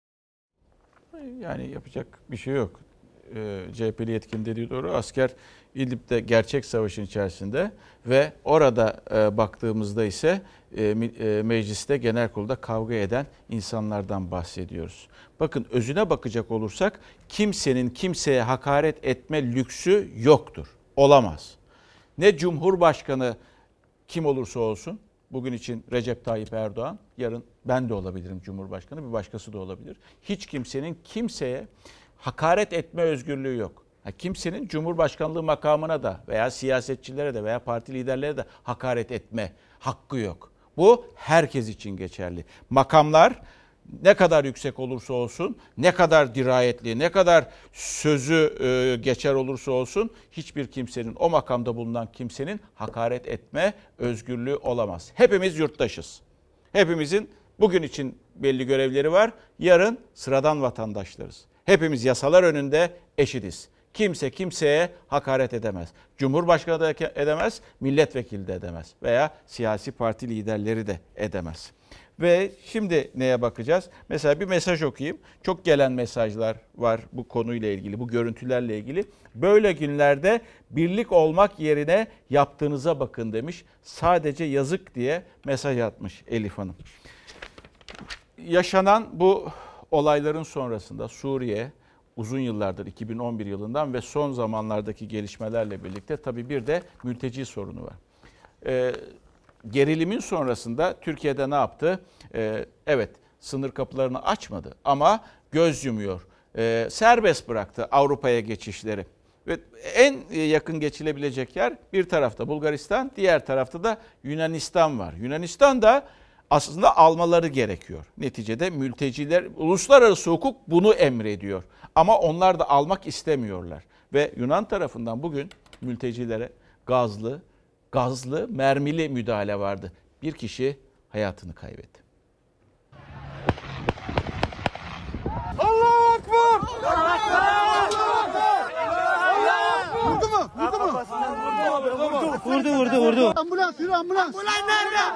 Yani yapacak bir şey yok. Ee, C H P'li yetkin dediği doğru. Asker İdlib'de gerçek savaşın içerisinde ve orada e, baktığımızda ise e, e, mecliste, genel kurulda kavga eden insanlardan bahsediyoruz. Bakın, özüne bakacak olursak kimsenin kimseye hakaret etme lüksü yoktur. Olamaz. Ne Cumhurbaşkanı kim olursa olsun, bugün için Recep Tayyip Erdoğan, yarın ben de olabilirim Cumhurbaşkanı, bir başkası da olabilir. Hiç kimsenin kimseye hakaret etme özgürlüğü yok. Kimsenin Cumhurbaşkanlığı makamına da veya siyasetçilere de veya parti liderlere de hakaret etme hakkı yok. Bu herkes için geçerli. Makamlar ne kadar yüksek olursa olsun, ne kadar dirayetli, ne kadar sözü e, geçer olursa olsun, hiçbir kimsenin, o makamda bulunan kimsenin hakaret etme özgürlüğü olamaz. Hepimiz yurttaşız. Hepimizin bugün için belli görevleri var. Yarın sıradan vatandaşlarız. Hepimiz yasalar önünde eşitiz. Kimse kimseye hakaret edemez. Cumhurbaşkanı da edemez, milletvekili de edemez veya siyasi parti liderleri de edemez. Ve şimdi neye bakacağız? Mesela bir mesaj okuyayım. Çok gelen mesajlar var bu konuyla ilgili, bu görüntülerle ilgili. Böyle günlerde birlik olmak yerine yaptığınıza bakın demiş. Sadece yazık diye mesaj atmış Elif Hanım. Yaşanan bu olayların sonrasında Suriye uzun yıllardır, iki bin on bir yılından ve son zamanlardaki gelişmelerle birlikte tabii bir de mülteci sorunu var. Ee, gerilimin sonrasında Türkiye'de ne yaptı? Ee, evet, sınır kapılarını açmadı ama göz yumuyor. Ee, serbest bıraktı Avrupa'ya geçişleri. Ve en yakın geçilebilecek yer bir tarafta Bulgaristan, diğer tarafta da Yunanistan var. Yunanistan da aslında almaları gerekiyor. Neticede mülteciler, uluslararası hukuk bunu emrediyor. Ama onlar da almak istemiyorlar. Ve Yunan tarafından bugün mültecilere gazlı, gazlı, mermili müdahale vardı. Bir kişi hayatını kaybetti. Allahu Ekber! Vurdu mu? Vurdu mu? Vurdu, vurdu, vurdu. Ambulans, yürü ambulans. Ambulans nerede?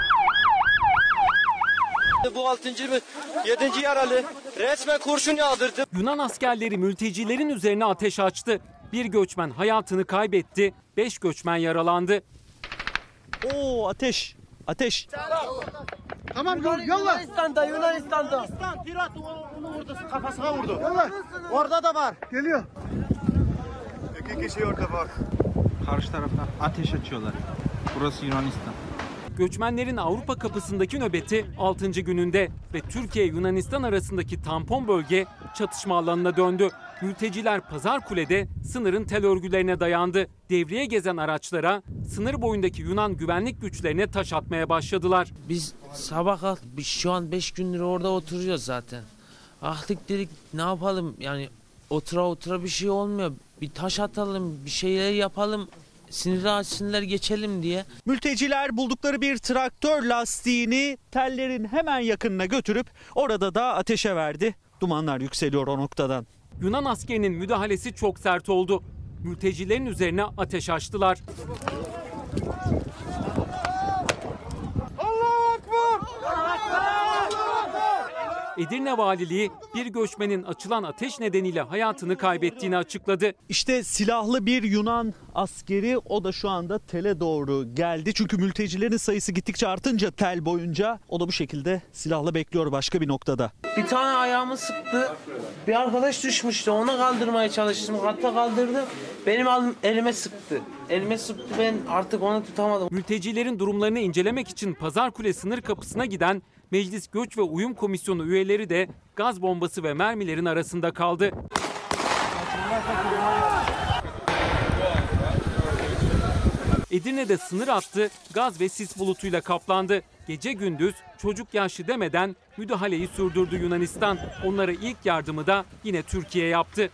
Bu altıncı mı? Yedinci yaralı. Resmen kurşun yağdırdı. Yunan askerleri mültecilerin üzerine ateş açtı. Bir göçmen hayatını kaybetti, beş göçmen yaralandı. Oo, ateş, ateş. Tamam dur, yolla. Yunanistan'da, Yunanistan'da. Yunanistan, Pirat onu vurdu, kafasına vurdu. Yolla. Orada da var. Geliyor. İki kişi orada var. Karşı taraftan ateş açıyorlar. Burası Yunanistan. Göçmenlerin Avrupa kapısındaki nöbeti altıncı gününde ve Türkiye-Yunanistan arasındaki tampon bölge çatışma alanına döndü. Mülteciler Pazarkule'de sınırın tel örgülerine dayandı. Devriye gezen araçlara, sınır boyundaki Yunan güvenlik güçlerine taş atmaya başladılar. Biz sabah kalktık, biz şu an beş gündür orada oturuyoruz zaten. Ahtık dedik, ne yapalım yani, otura otura bir şey olmuyor. Bir taş atalım, bir şeyler yapalım. Sinirli açsınlar, geçelim diye. Mülteciler buldukları bir traktör lastiğini tellerin hemen yakınına götürüp orada da ateşe verdi. Dumanlar yükseliyor o noktadan. Yunan askerinin müdahalesi çok sert oldu. Mültecilerin üzerine ateş açtılar. Allahu Ekber! Edirne Valiliği bir göçmenin açılan ateş nedeniyle hayatını kaybettiğini açıkladı. İşte silahlı bir Yunan askeri, o da şu anda tele doğru geldi. Çünkü mültecilerin sayısı gittikçe artınca tel boyunca o da bu şekilde silahla bekliyor başka bir noktada. Bir tane ayağımı sıktı. Bir arkadaş düşmüştü. Onu kaldırmaya çalıştım. Hatta kaldırdım. Benim elime sıktı. Elime sıktı, ben artık onu tutamadım. Mültecilerin durumlarını incelemek için Pazarkule sınır kapısına giden Meclis Göç ve Uyum Komisyonu üyeleri de gaz bombası ve mermilerin arasında kaldı. Edirne'de sınır hattı gaz ve sis bulutuyla kaplandı. Gece gündüz çocuk yaşlı demeden müdahaleyi sürdürdü Yunanistan. Onlara ilk yardımı da yine Türkiye yaptı.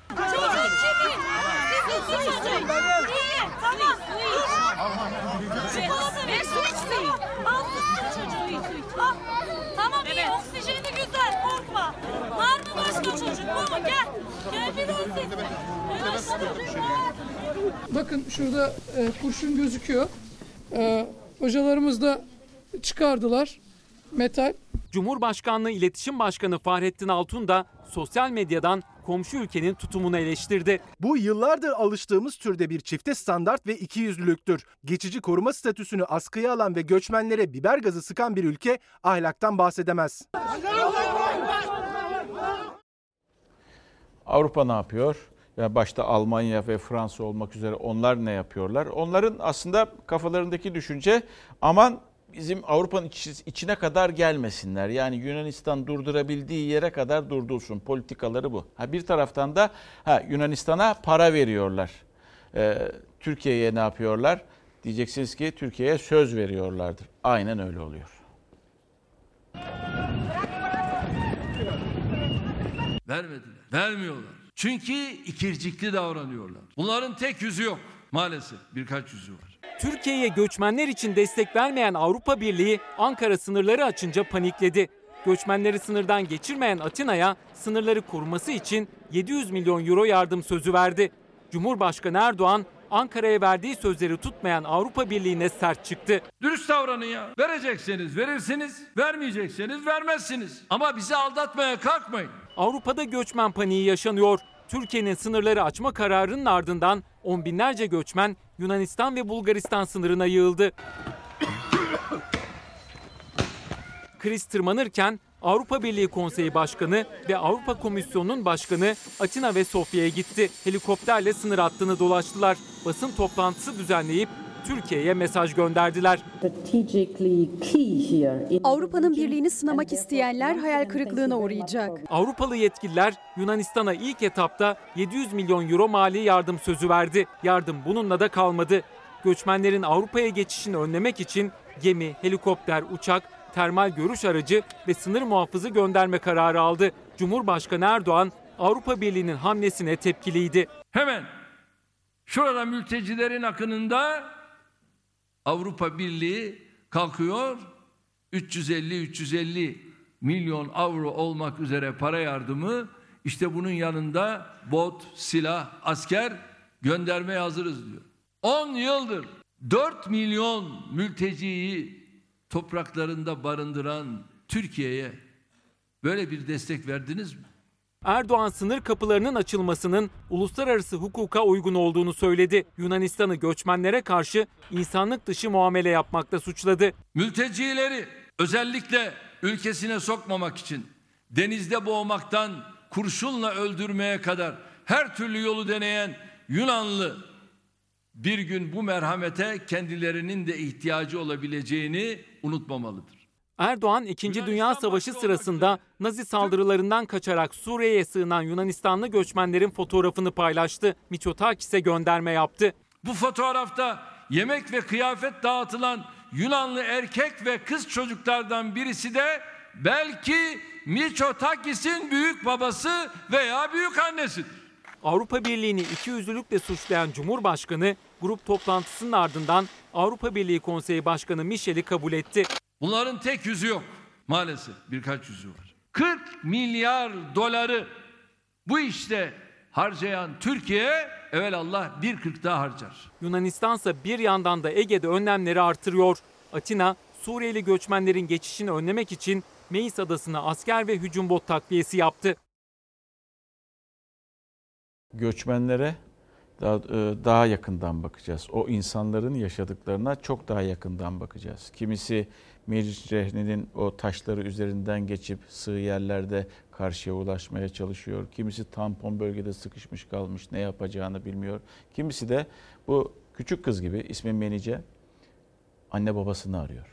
Tamam iyi, oksijeni güzel, korkma. Var mı başka çocuk? Baba gel. Gel bir dönsesin. Bakın şurada e, kurşun gözüküyor. E, hocalarımız da çıkardılar. Metal. Cumhurbaşkanlığı İletişim Başkanı Fahrettin Altun da sosyal medyadan komşu ülkenin tutumunu eleştirdi. Bu yıllardır alıştığımız türde bir çifte standart ve ikiyüzlülüktür. Geçici koruma statüsünü askıya alan ve göçmenlere biber gazı sıkan bir ülke ahlaktan bahsedemez. Avrupa ne yapıyor? Yani başta Almanya ve Fransa olmak üzere onlar ne yapıyorlar? Onların aslında kafalarındaki düşünce aman bizim Avrupa'nın içine kadar gelmesinler. Yani Yunanistan durdurabildiği yere kadar durdursun. Politikaları bu. Ha, bir taraftan da ha, Yunanistan'a para veriyorlar. Ee, Türkiye'ye ne yapıyorlar? Diyeceksiniz ki Türkiye'ye söz veriyorlardır. Aynen öyle oluyor. Vermediler, vermiyorlar. Çünkü ikircikli davranıyorlar. Bunların tek yüzü yok. Maalesef birkaç yüzü var. Türkiye'ye göçmenler için destek vermeyen Avrupa Birliği Ankara sınırları açınca panikledi. Göçmenleri sınırdan geçirmeyen Atina'ya sınırları koruması için yedi yüz milyon euro yardım sözü verdi. Cumhurbaşkanı Erdoğan Ankara'ya verdiği sözleri tutmayan Avrupa Birliği'ne sert çıktı. Dürüst davranın ya. Verecekseniz verirsiniz, vermeyecekseniz vermezsiniz. Ama bizi aldatmaya kalkmayın. Avrupa'da göçmen paniği yaşanıyor. Türkiye'nin sınırları açma kararının ardından on binlerce göçmen Yunanistan ve Bulgaristan sınırına yığıldı. Kriz tırmanırken Avrupa Birliği Konseyi Başkanı ve Avrupa Komisyonu'nun başkanı Atina ve Sofya'ya gitti. Helikopterle sınır hattını dolaştılar. Basın toplantısı düzenleyip Türkiye'ye mesaj gönderdiler. Avrupa'nın birliğini sınamak isteyenler hayal kırıklığına uğrayacak. Avrupalı yetkililer Yunanistan'a ilk etapta yedi yüz milyon euro mali yardım sözü verdi. Yardım bununla da kalmadı. Göçmenlerin Avrupa'ya geçişini önlemek için gemi, helikopter, uçak, termal görüş aracı ve sınır muhafızı gönderme kararı aldı. Cumhurbaşkanı Erdoğan Avrupa Birliği'nin hamlesine tepkiliydi. Hemen şurada mültecilerin akınında Avrupa Birliği kalkıyor, üç yüz elli üç yüz elli milyon avro olmak üzere para yardımı, işte bunun yanında bot, silah, asker göndermeye hazırız diyor. on yıldır dört milyon mülteciyi topraklarında barındıran Türkiye'ye böyle bir destek verdiniz mi? Erdoğan sınır kapılarının açılmasının uluslararası hukuka uygun olduğunu söyledi. Yunanistan'ı göçmenlere karşı insanlık dışı muamele yapmakla suçladı. Mültecileri özellikle ülkesine sokmamak için denizde boğmaktan kurşunla öldürmeye kadar her türlü yolu deneyen Yunanlı bir gün bu merhamete kendilerinin de ihtiyacı olabileceğini unutmamalıdır. Erdoğan İkinci Dünya Savaşı sırasında Nazi saldırılarından kaçarak Suriye'ye sığınan Yunanistanlı göçmenlerin fotoğrafını paylaştı. Mitsotakis'e gönderme yaptı. Bu fotoğrafta yemek ve kıyafet dağıtılan Yunanlı erkek ve kız çocuklardan birisi de belki Mitsotakis'in büyük babası veya büyük annesidir. Avrupa Birliği'ni ikiyüzlülükle suçlayan Cumhurbaşkanı grup toplantısının ardından Avrupa Birliği Konseyi Başkanı Michel'i kabul etti. Bunların tek yüzü yok. Maalesef birkaç yüzü var. kırk milyar doları bu işte harcayan Türkiye evelallah bir kırk daha harcar. Yunanistan ise bir yandan da Ege'de önlemleri artırıyor. Atina, Suriyeli göçmenlerin geçişini önlemek için Meis Adası'na asker ve hücum bot takviyesi yaptı. Göçmenlere daha, daha yakından bakacağız. O insanların yaşadıklarına çok daha yakından bakacağız. Kimisi Meriç Rehninin o taşları üzerinden geçip sığ yerlerde karşıya ulaşmaya çalışıyor. Kimisi tampon bölgede sıkışmış kalmış, ne yapacağını bilmiyor. Kimisi de bu küçük kız gibi, ismi Menice, anne babasını arıyor.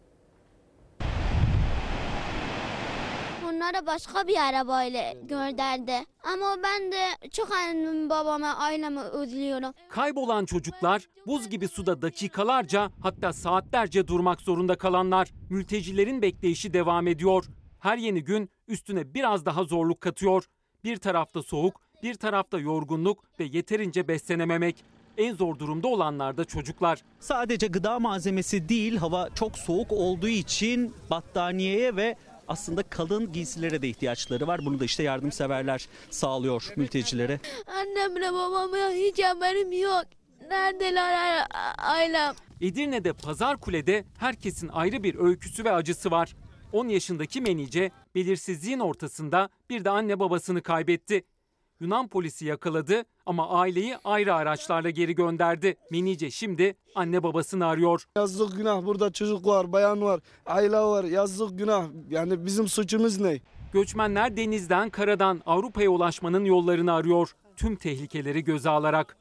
Onlara başka bir arabayla gönderdi. Ama ben de çok annemi, babama, ailemi özlüyorum. Kaybolan çocuklar, buz gibi suda dakikalarca hatta saatlerce durmak zorunda kalanlar. Mültecilerin bekleyişi devam ediyor. Her yeni gün üstüne biraz daha zorluk katıyor. Bir tarafta soğuk, bir tarafta yorgunluk ve yeterince beslenememek. En zor durumda olanlar da çocuklar. Sadece gıda malzemesi değil, hava çok soğuk olduğu için battaniyeye ve aslında kalın giysilere de ihtiyaçları var. Bunu da işte yardımseverler sağlıyor mültecilere. Annemle babama hiç haberim yok. Neredeler ailem? Edirne'de Pazarkule'de herkesin ayrı bir öyküsü ve acısı var. on yaşındaki Menice belirsizliğin ortasında bir de anne babasını kaybetti. Yunan polisi yakaladı ama aileyi ayrı araçlarla geri gönderdi. Menice şimdi anne babasını arıyor. Yazık günah, burada çocuk var, bayan var, aile var, yazık günah. Yani bizim suçumuz ne? Göçmenler denizden, karadan Avrupa'ya ulaşmanın yollarını arıyor. Tüm tehlikeleri göze alarak.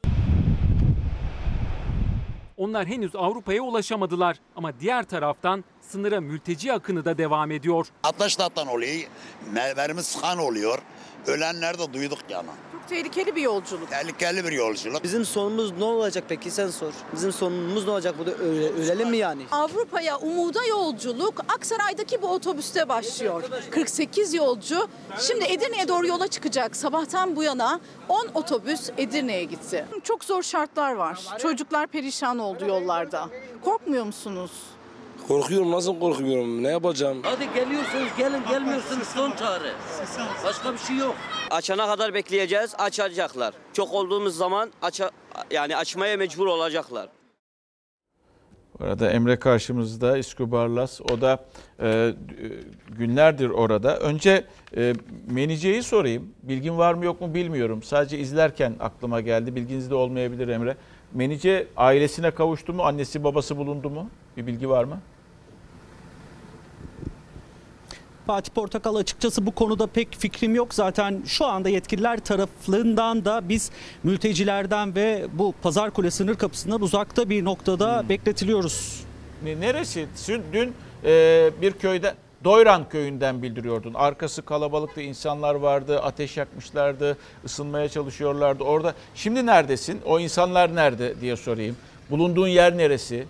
Onlar henüz Avrupa'ya ulaşamadılar ama diğer taraftan sınıra mülteci akını da devam ediyor. Atlaşlattan oluyor, mermi sıkan oluyor. Ölenler de duyduk yani. Çok tehlikeli bir yolculuk. Tehlikeli bir yolculuk. Bizim sonumuz ne olacak peki, sen sor. Bizim sonumuz ne olacak, burada öle, ölelim mi yani? Avrupa'ya umuda yolculuk Aksaray'daki bu otobüste başlıyor. kırk sekiz yolcu şimdi Edirne'ye doğru yola çıkacak. Sabahtan bu yana on otobüs Edirne'ye gitti. Çok zor şartlar var. Çocuklar perişan oldu yollarda. Korkmuyor musunuz? Korkuyorum, nasıl korkuyorum, ne yapacağım? Hadi geliyorsunuz gelin, gelmiyorsunuz son çare. Başka bir şey yok. Açana kadar bekleyeceğiz, açacaklar. Çok olduğumuz zaman aça, yani açmaya mecbur olacaklar. Bu arada Emre karşımızda, İskubarlas, o da e, günlerdir orada. Önce e, Menice'yi sorayım. Bilgin var mı yok mu bilmiyorum. Sadece izlerken aklıma geldi. Bilginiz de olmayabilir Emre. Menice ailesine kavuştu mu? Annesi babası bulundu mu? Bir bilgi var mı? Fatih Portakal, açıkçası bu konuda pek fikrim yok. Zaten şu anda yetkililer tarafından da biz mültecilerden ve bu Pazarkule sınır kapısından uzakta bir noktada hmm. bekletiliyoruz. Neresi? Dün e, bir köyde, Doyran köyünden bildiriyordun. Arkası kalabalıktı, insanlar vardı, ateş yakmışlardı, ısınmaya çalışıyorlardı orada. Şimdi neredesin? O insanlar nerede diye sorayım. Bulunduğun yer neresi?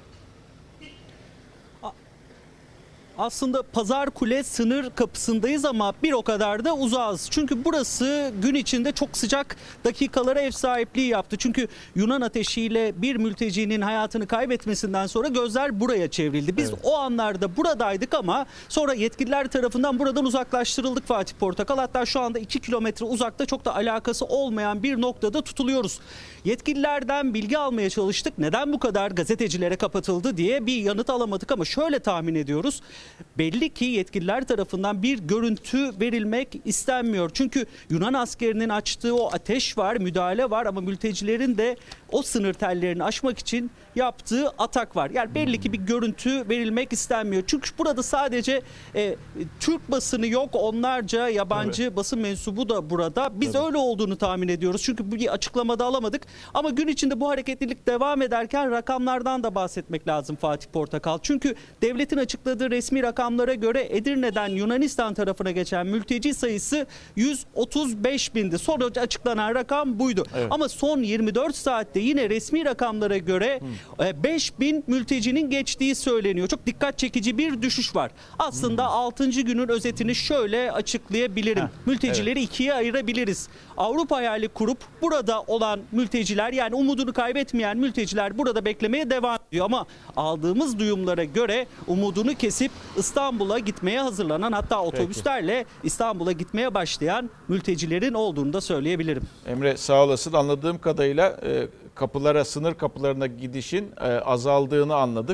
Aslında Pazarkule sınır kapısındayız ama bir o kadar da uzağız. Çünkü burası gün içinde çok sıcak dakikalara ev sahipliği yaptı. Çünkü Yunan ateşiyle bir mültecinin hayatını kaybetmesinden sonra gözler buraya çevrildi. Biz evet. o anlarda buradaydık ama sonra yetkililer tarafından buradan uzaklaştırıldık Fatih Portakal. Hatta şu anda iki kilometre uzakta, çok da alakası olmayan bir noktada tutuluyoruz. Yetkililerden bilgi almaya çalıştık. Neden bu kadar gazetecilere kapatıldı diye bir yanıt alamadık ama şöyle tahmin ediyoruz. Belli ki yetkililer tarafından bir görüntü verilmek istenmiyor. Çünkü Yunan askerinin açtığı o ateş var, müdahale var ama mültecilerin de o sınır tellerini aşmak için yaptığı atak var. Yani belli ki bir görüntü verilmek istenmiyor. Çünkü burada sadece e, Türk basını yok, onlarca yabancı evet. basın mensubu da burada. Biz evet. öyle olduğunu tahmin ediyoruz. Çünkü bir açıklamada alamadık. Ama gün içinde bu hareketlilik devam ederken rakamlardan da bahsetmek lazım Fatih Portakal. Çünkü devletin açıkladığı resmi rakamlara göre Edirne'den Yunanistan tarafına geçen mülteci sayısı yüz otuz beş bindi. Sonra açıklanan rakam buydu. Evet. Ama son yirmi dört saatte yine resmi rakamlara göre hmm. beş bin mültecinin geçtiği söyleniyor. Çok dikkat çekici bir düşüş var. Aslında hmm. altıncı günün özetini şöyle açıklayabilirim. Heh, Mültecileri evet. ikiye ayırabiliriz. Avrupa hayali kurup burada olan mülteciler, yani umudunu kaybetmeyen mülteciler burada beklemeye devam ediyor. Ama aldığımız duyumlara göre umudunu kesip İstanbul'a gitmeye hazırlanan, hatta otobüslerle Peki. İstanbul'a gitmeye başlayan mültecilerin olduğunu da söyleyebilirim. Emre sağ olasın. Anladığım kadarıyla kapılara, sınır kapılarına gidişin azaldığını anladık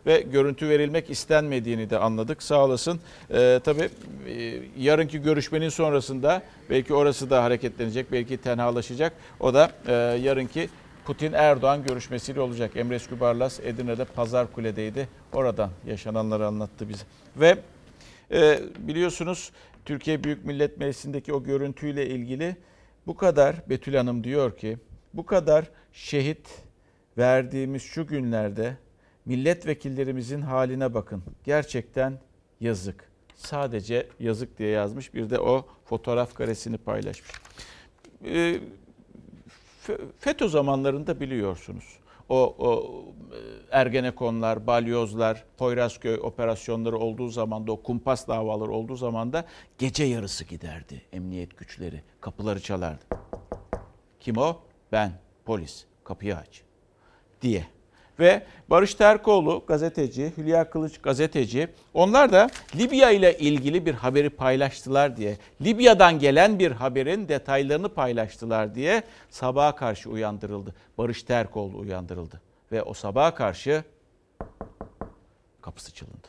ve görüntü verilmek istenmediğini de anladık. Sağ olasın. Ee, tabii e, yarınki görüşmenin sonrasında belki orası da hareketlenecek, belki tenhalaşacak. O da e, yarınki Putin-Erdoğan görüşmesiyle olacak. Emre Eskübarlas Edirne'de Pazarkule'deydi. Oradan yaşananları anlattı bize. Ve e, biliyorsunuz Türkiye Büyük Millet Meclisi'ndeki o görüntüyle ilgili bu kadar, Betül Hanım diyor ki, bu kadar şehit verdiğimiz şu günlerde milletvekillerimizin haline bakın. Gerçekten yazık. Sadece yazık diye yazmış. Bir de o fotoğraf karesini paylaşmış. Ee, FETÖ zamanlarında biliyorsunuz. O, o Ergenekonlar, Balyozlar, Poyrazköy operasyonları olduğu zaman da, o kumpas davaları olduğu zaman da gece yarısı giderdi emniyet güçleri. Kapıları çalardı. Kim o? Ben, polis. Kapıyı aç diye. Ve Barış Terkoğlu gazeteci, Hülya Kılıç gazeteci, onlar da Libya ile ilgili bir haberi paylaştılar diye, Libya'dan gelen bir haberin detaylarını paylaştılar diye sabaha karşı uyandırıldı. Barış Terkoğlu uyandırıldı ve o sabaha karşı kapısı çalındı.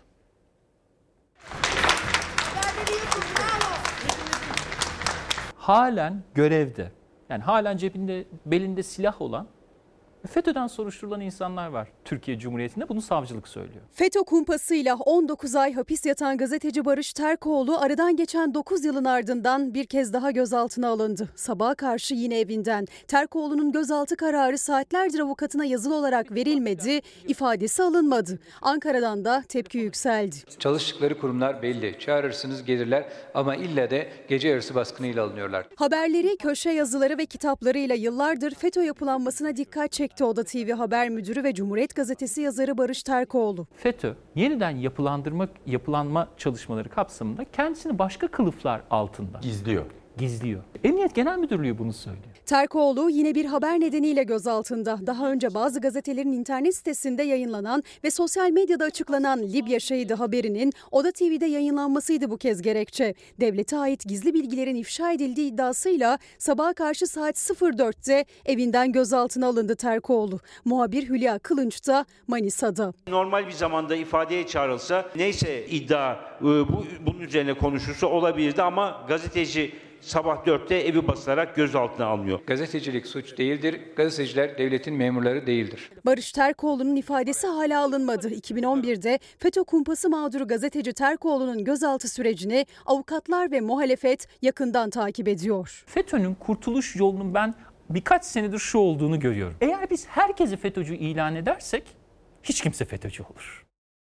Halen görevde, yani halen cebinde, belinde silah olan, FETÖ'den soruşturulan insanlar var Türkiye Cumhuriyeti'nde. Bunu savcılık söylüyor. FETÖ kumpasıyla on dokuz ay hapis yatan gazeteci Barış Terkoğlu aradan geçen dokuz yılın ardından bir kez daha gözaltına alındı. Sabaha karşı yine evinden. Terkoğlu'nun gözaltı kararı saatlerdir avukatına yazılı olarak verilmedi, ifadesi alınmadı. Ankara'dan da tepki yükseldi. Çalıştıkları kurumlar belli. Çağırırsınız gelirler ama ille de gece yarısı baskınıyla alınıyorlar. Haberleri, köşe yazıları ve kitaplarıyla yıllardır FETÖ yapılanmasına dikkat çekti Oda T V Haber Müdürü ve Cumhuriyet Gazetesi yazarı Barış Terkoğlu. FETÖ yeniden yapılandırma, yapılanma çalışmaları kapsamında kendisini başka kılıflar altında gizliyor. Gizliyor. Emniyet Genel Müdürlüğü bunu söylüyor. Terkoğlu yine bir haber nedeniyle gözaltında. Daha önce bazı gazetelerin internet sitesinde yayınlanan ve sosyal medyada açıklanan Libya şehidi haberinin Oda T V'de yayınlanmasıydı bu kez gerekçe. Devlete ait gizli bilgilerin ifşa edildiği iddiasıyla sabaha karşı saat sıfır dörtte evinden gözaltına alındı Terkoğlu. Muhabir Hülya Kılınç da Manisa'da. Normal bir zamanda ifadeye çağrılsa neyse iddia bu bunun üzerine konuşulsa olabilirdi ama gazeteci sabah dörtte evi basılarak gözaltına alınıyor. Gazetecilik suç değildir. Gazeteciler devletin memurları değildir. Barış Terkoğlu'nun ifadesi hala alınmadı. iki bin on birde FETÖ kumpası mağduru gazeteci Terkoğlu'nun gözaltı sürecini avukatlar ve muhalefet yakından takip ediyor. FETÖ'nün kurtuluş yolunun ben birkaç senedir şu olduğunu görüyorum. Eğer biz herkesi FETÖ'cü ilan edersek hiç kimse FETÖ'cü olur.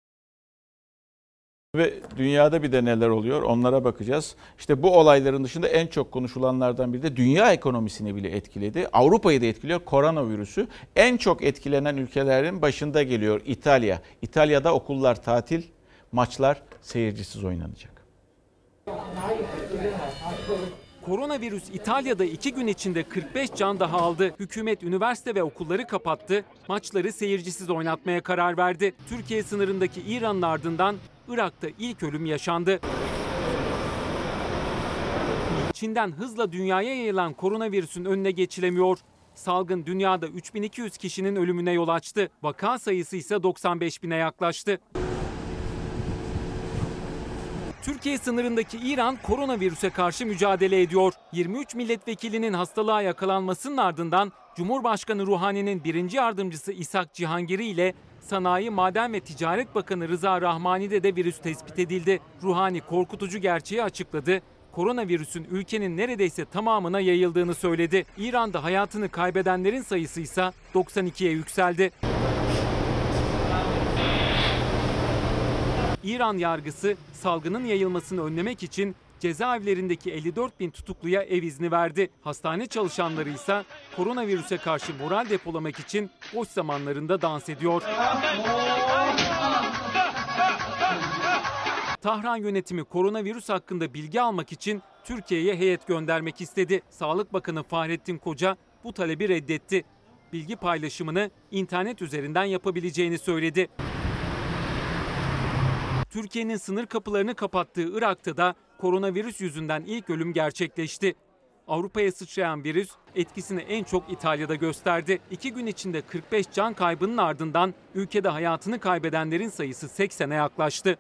Ve dünyada bir de neler oluyor onlara bakacağız. İşte bu olayların dışında en çok konuşulanlardan biri de dünya ekonomisini bile etkiledi. Avrupa'yı da etkiliyor koronavirüsü. En çok etkilenen ülkelerin başında geliyor İtalya. İtalya'da okullar tatil, maçlar seyircisiz oynanacak. Koronavirüs İtalya'da iki gün içinde kırk beş can daha aldı. Hükümet üniversite ve okulları kapattı. Maçları seyircisiz oynatmaya karar verdi. Türkiye sınırındaki İran'ın ardından Irak'ta ilk ölüm yaşandı. Çin'den hızla dünyaya yayılan koronavirüsün önüne geçilemiyor. Salgın dünyada üç bin iki yüz kişinin ölümüne yol açtı. Vaka sayısı ise doksan beş bine yaklaştı. Türkiye sınırındaki İran koronavirüse karşı mücadele ediyor. yirmi üç milletvekilinin hastalığa yakalanmasının ardından Cumhurbaşkanı Ruhani'nin birinci yardımcısı İshak Cihangiri ile Sanayi, Maden ve Ticaret Bakanı Rıza Rahmani'de de virüs tespit edildi. Ruhani korkutucu gerçeği açıkladı. Koronavirüsün ülkenin neredeyse tamamına yayıldığını söyledi. İran'da hayatını kaybedenlerin sayısı ise doksan ikiye yükseldi. İran yargısı salgının yayılmasını önlemek için cezaevlerindeki elli dört bin tutukluya ev izni verdi. Hastane çalışanları ise koronavirüse karşı moral depolamak için boş zamanlarında dans ediyor. Tahran yönetimi koronavirüs hakkında bilgi almak için Türkiye'ye heyet göndermek istedi. Sağlık Bakanı Fahrettin Koca bu talebi reddetti. Bilgi paylaşımını internet üzerinden yapabileceğini söyledi. Türkiye'nin sınır kapılarını kapattığı Irak'ta da koronavirüs yüzünden ilk ölüm gerçekleşti. Avrupa'ya sıçrayan virüs etkisini en çok İtalya'da gösterdi. İki gün içinde kırk beş can kaybının ardından ülkede hayatını kaybedenlerin sayısı seksene yaklaştı.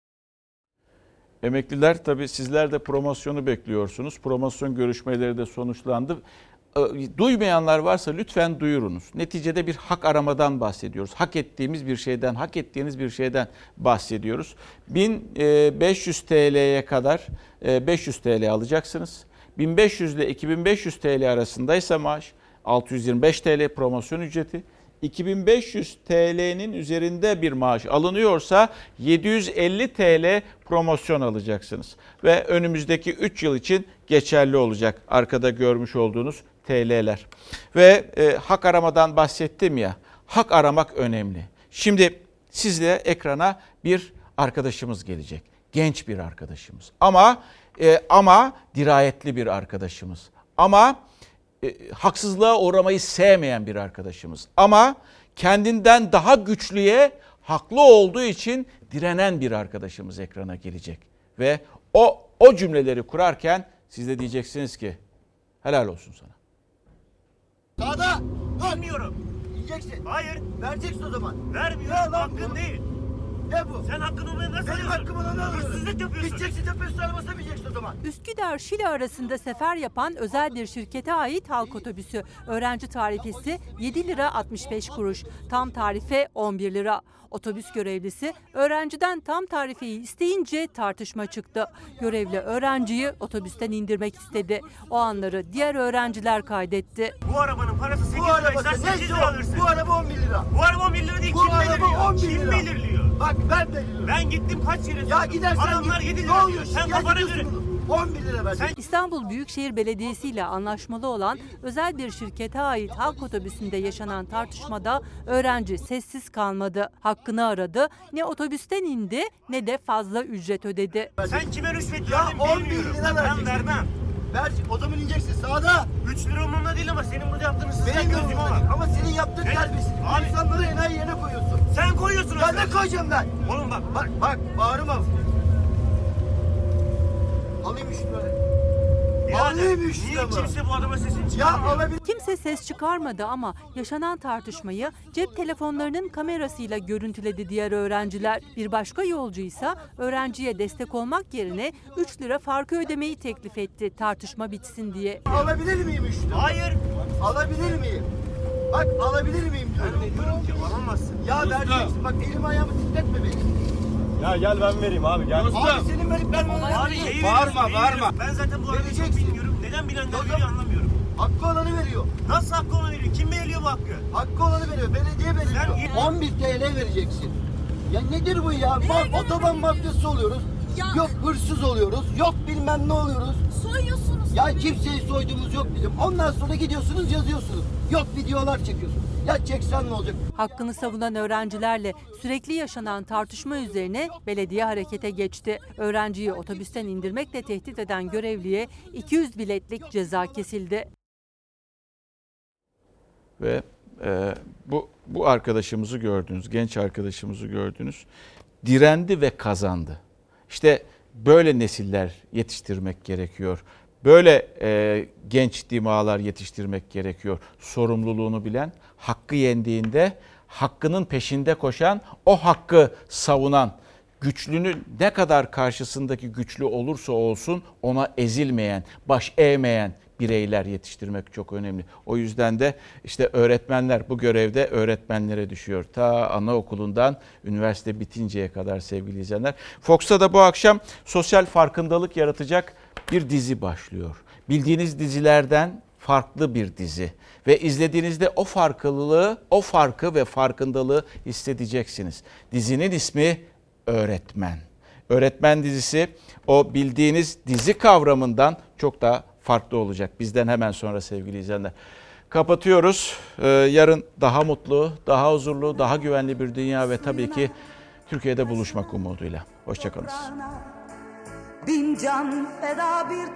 Emekliler, tabii sizler de promosyonu bekliyorsunuz. Promosyon görüşmeleri de sonuçlandı. Duymayanlar varsa lütfen duyurunuz. Neticede bir hak aramadan bahsediyoruz. Hak ettiğimiz bir şeyden, hak ettiğiniz bir şeyden bahsediyoruz. bin beş yüz T L'ye kadar beş yüz T L alacaksınız. bin beş yüz ile iki bin beş yüz T L arasındaysa maaş altı yüz yirmi beş T L promosyon ücreti. iki bin beş yüz T L'nin üzerinde bir maaş alınıyorsa yedi yüz elli T L promosyon alacaksınız. Ve önümüzdeki üç yıl için geçerli olacak arkada görmüş olduğunuz T L'ler. Ve e, hak aramadan bahsettim ya, hak aramak önemli. Şimdi sizle ekrana bir arkadaşımız gelecek. Genç bir arkadaşımız ama e, ama dirayetli bir arkadaşımız. Ama e, haksızlığa uğramayı sevmeyen bir arkadaşımız. Ama kendinden daha güçlüye haklı olduğu için direnen bir arkadaşımız ekrana gelecek. Ve o o cümleleri kurarken siz de diyeceksiniz ki helal olsun sana. Sağda. Vermiyorum. Yiyeceksin. Hayır. Vereceksin o zaman. Vermiyorum. Hakkın bu? Değil. Ne bu? Sen hakkın olmaya nasıl Benim hakkımı ne alıyorsun? Hırsızlık yapıyorsun. Gideceksin yapıyorsun arabasına bineceksin o zaman. Üsküdar-Şile arasında sefer yapan özel bir şirkete ait halk otobüsü. Öğrenci tarifesi yedi lira altmış beş kuruş. Tam tarife on bir lira. Otobüs görevlisi öğrenciden tam tarifeyi isteyince tartışma çıktı. Görevli öğrenciyi otobüsten indirmek istedi. O anları diğer öğrenciler kaydetti. Bu arabanın parası sekiz liraysa sekiz lira alırsın. Bu araba on bir lira. Bu araba on bir lira değil. Bu kim belirliyor? Kim belirliyor? Bak ben belirliyorum. Ben gittim kaç yere. Ya gidersen adamlar yedi lira diyor. Sen kafana göre. on bir lira ver. İstanbul Büyükşehir Belediyesi ile anlaşmalı olan özel bir şirkete ait halk otobüsünde yaşanan tartışmada öğrenci sessiz kalmadı. Hakkını aradı. Ne otobüsten indi ne de fazla ücret ödedi. Sen kime rüşvet verdin bilmiyorum. Ben vermem. Ver o zaman ineceksin sağda. üç lira umurumda değil ama senin burada yaptığın hırsızlık gözüme var. Ama senin yaptığın terbiyesiz. İnsanları enayi yerine koyuyorsun. Sen koyuyorsun. Ya ne koyacağım ben? Oğlum bak. Bak bak bağırma. Alayım üç lira. Alayım üç lira mı? Niye kimse bu adama sesini çıkarmıyor? Kimse ses çıkarmadı ama yaşanan tartışmayı cep telefonlarının kamerasıyla görüntüledi diğer öğrenciler. Bir başka yolcuysa öğrenciye destek olmak yerine üç lira farkı ödemeyi teklif etti tartışma bitsin diye. Alabilir miyim üç lira? Hayır. Alabilir miyim? Bak alabilir miyim diyorum. Ben diyorum ki alamazsın. Ya vereceksin bak elimi ayağımı titretme beni. Ya gel ben vereyim abi gel. Dostum. Abi senin verip ben bana abi şeyi bağırma bağırma. Ben zaten bu arada çok bilmiyorum. Neden bilenler veriyor anlamıyorum. Hakkı olanı veriyor. Nasıl hakkı olanı veriyor? Kim belirliyor bu hakkı? Hakkı olanı veriyor. Belediye belirliyor. Sen... on bir T L vereceksin. Ya nedir bu ya? Ma- otoban mafyası oluyoruz. Ya. Yok hırsız oluyoruz. Yok bilmem ne oluyoruz. Soyuyorsunuz. Ya kimseyi soyduğumuz yok bizim. Ondan sonra gidiyorsunuz yazıyorsunuz. Yok videolar çekiyorsunuz. Ya çeksen ne olacak? Hakkını savunan öğrencilerle sürekli yaşanan tartışma üzerine belediye harekete geçti. Öğrenciyi otobüsten indirmekle tehdit eden görevliye iki yüz biletlik ceza kesildi. Ve e, bu bu arkadaşımızı gördünüz, genç arkadaşımızı gördünüz. Direndi ve kazandı. İşte böyle nesiller yetiştirmek gerekiyor. Böyle e, genç dimağlar yetiştirmek gerekiyor. Sorumluluğunu bilen, hakkı yendiğinde hakkının peşinde koşan, o hakkı savunan, güçlünün ne kadar karşısındaki güçlü olursa olsun ona ezilmeyen, baş eğmeyen bireyler yetiştirmek çok önemli. O yüzden de işte öğretmenler, bu görevde öğretmenlere düşüyor. Ta anaokulundan üniversite bitinceye kadar sevgili izleyenler. Fox'ta da bu akşam sosyal farkındalık yaratacak bir dizi başlıyor. Bildiğiniz dizilerden farklı bir dizi ve izlediğinizde o farklılığı, o farkı ve farkındalığı hissedeceksiniz. Dizinin ismi Öğretmen. Öğretmen dizisi o bildiğiniz dizi kavramından çok daha farklı olacak. Bizden hemen sonra sevgili izleyenler. Kapatıyoruz. Ee, yarın daha mutlu, daha huzurlu, daha güvenli bir dünya ve tabii ki Türkiye'de buluşmak umuduyla. Hoşçakalın. Bin can feda bir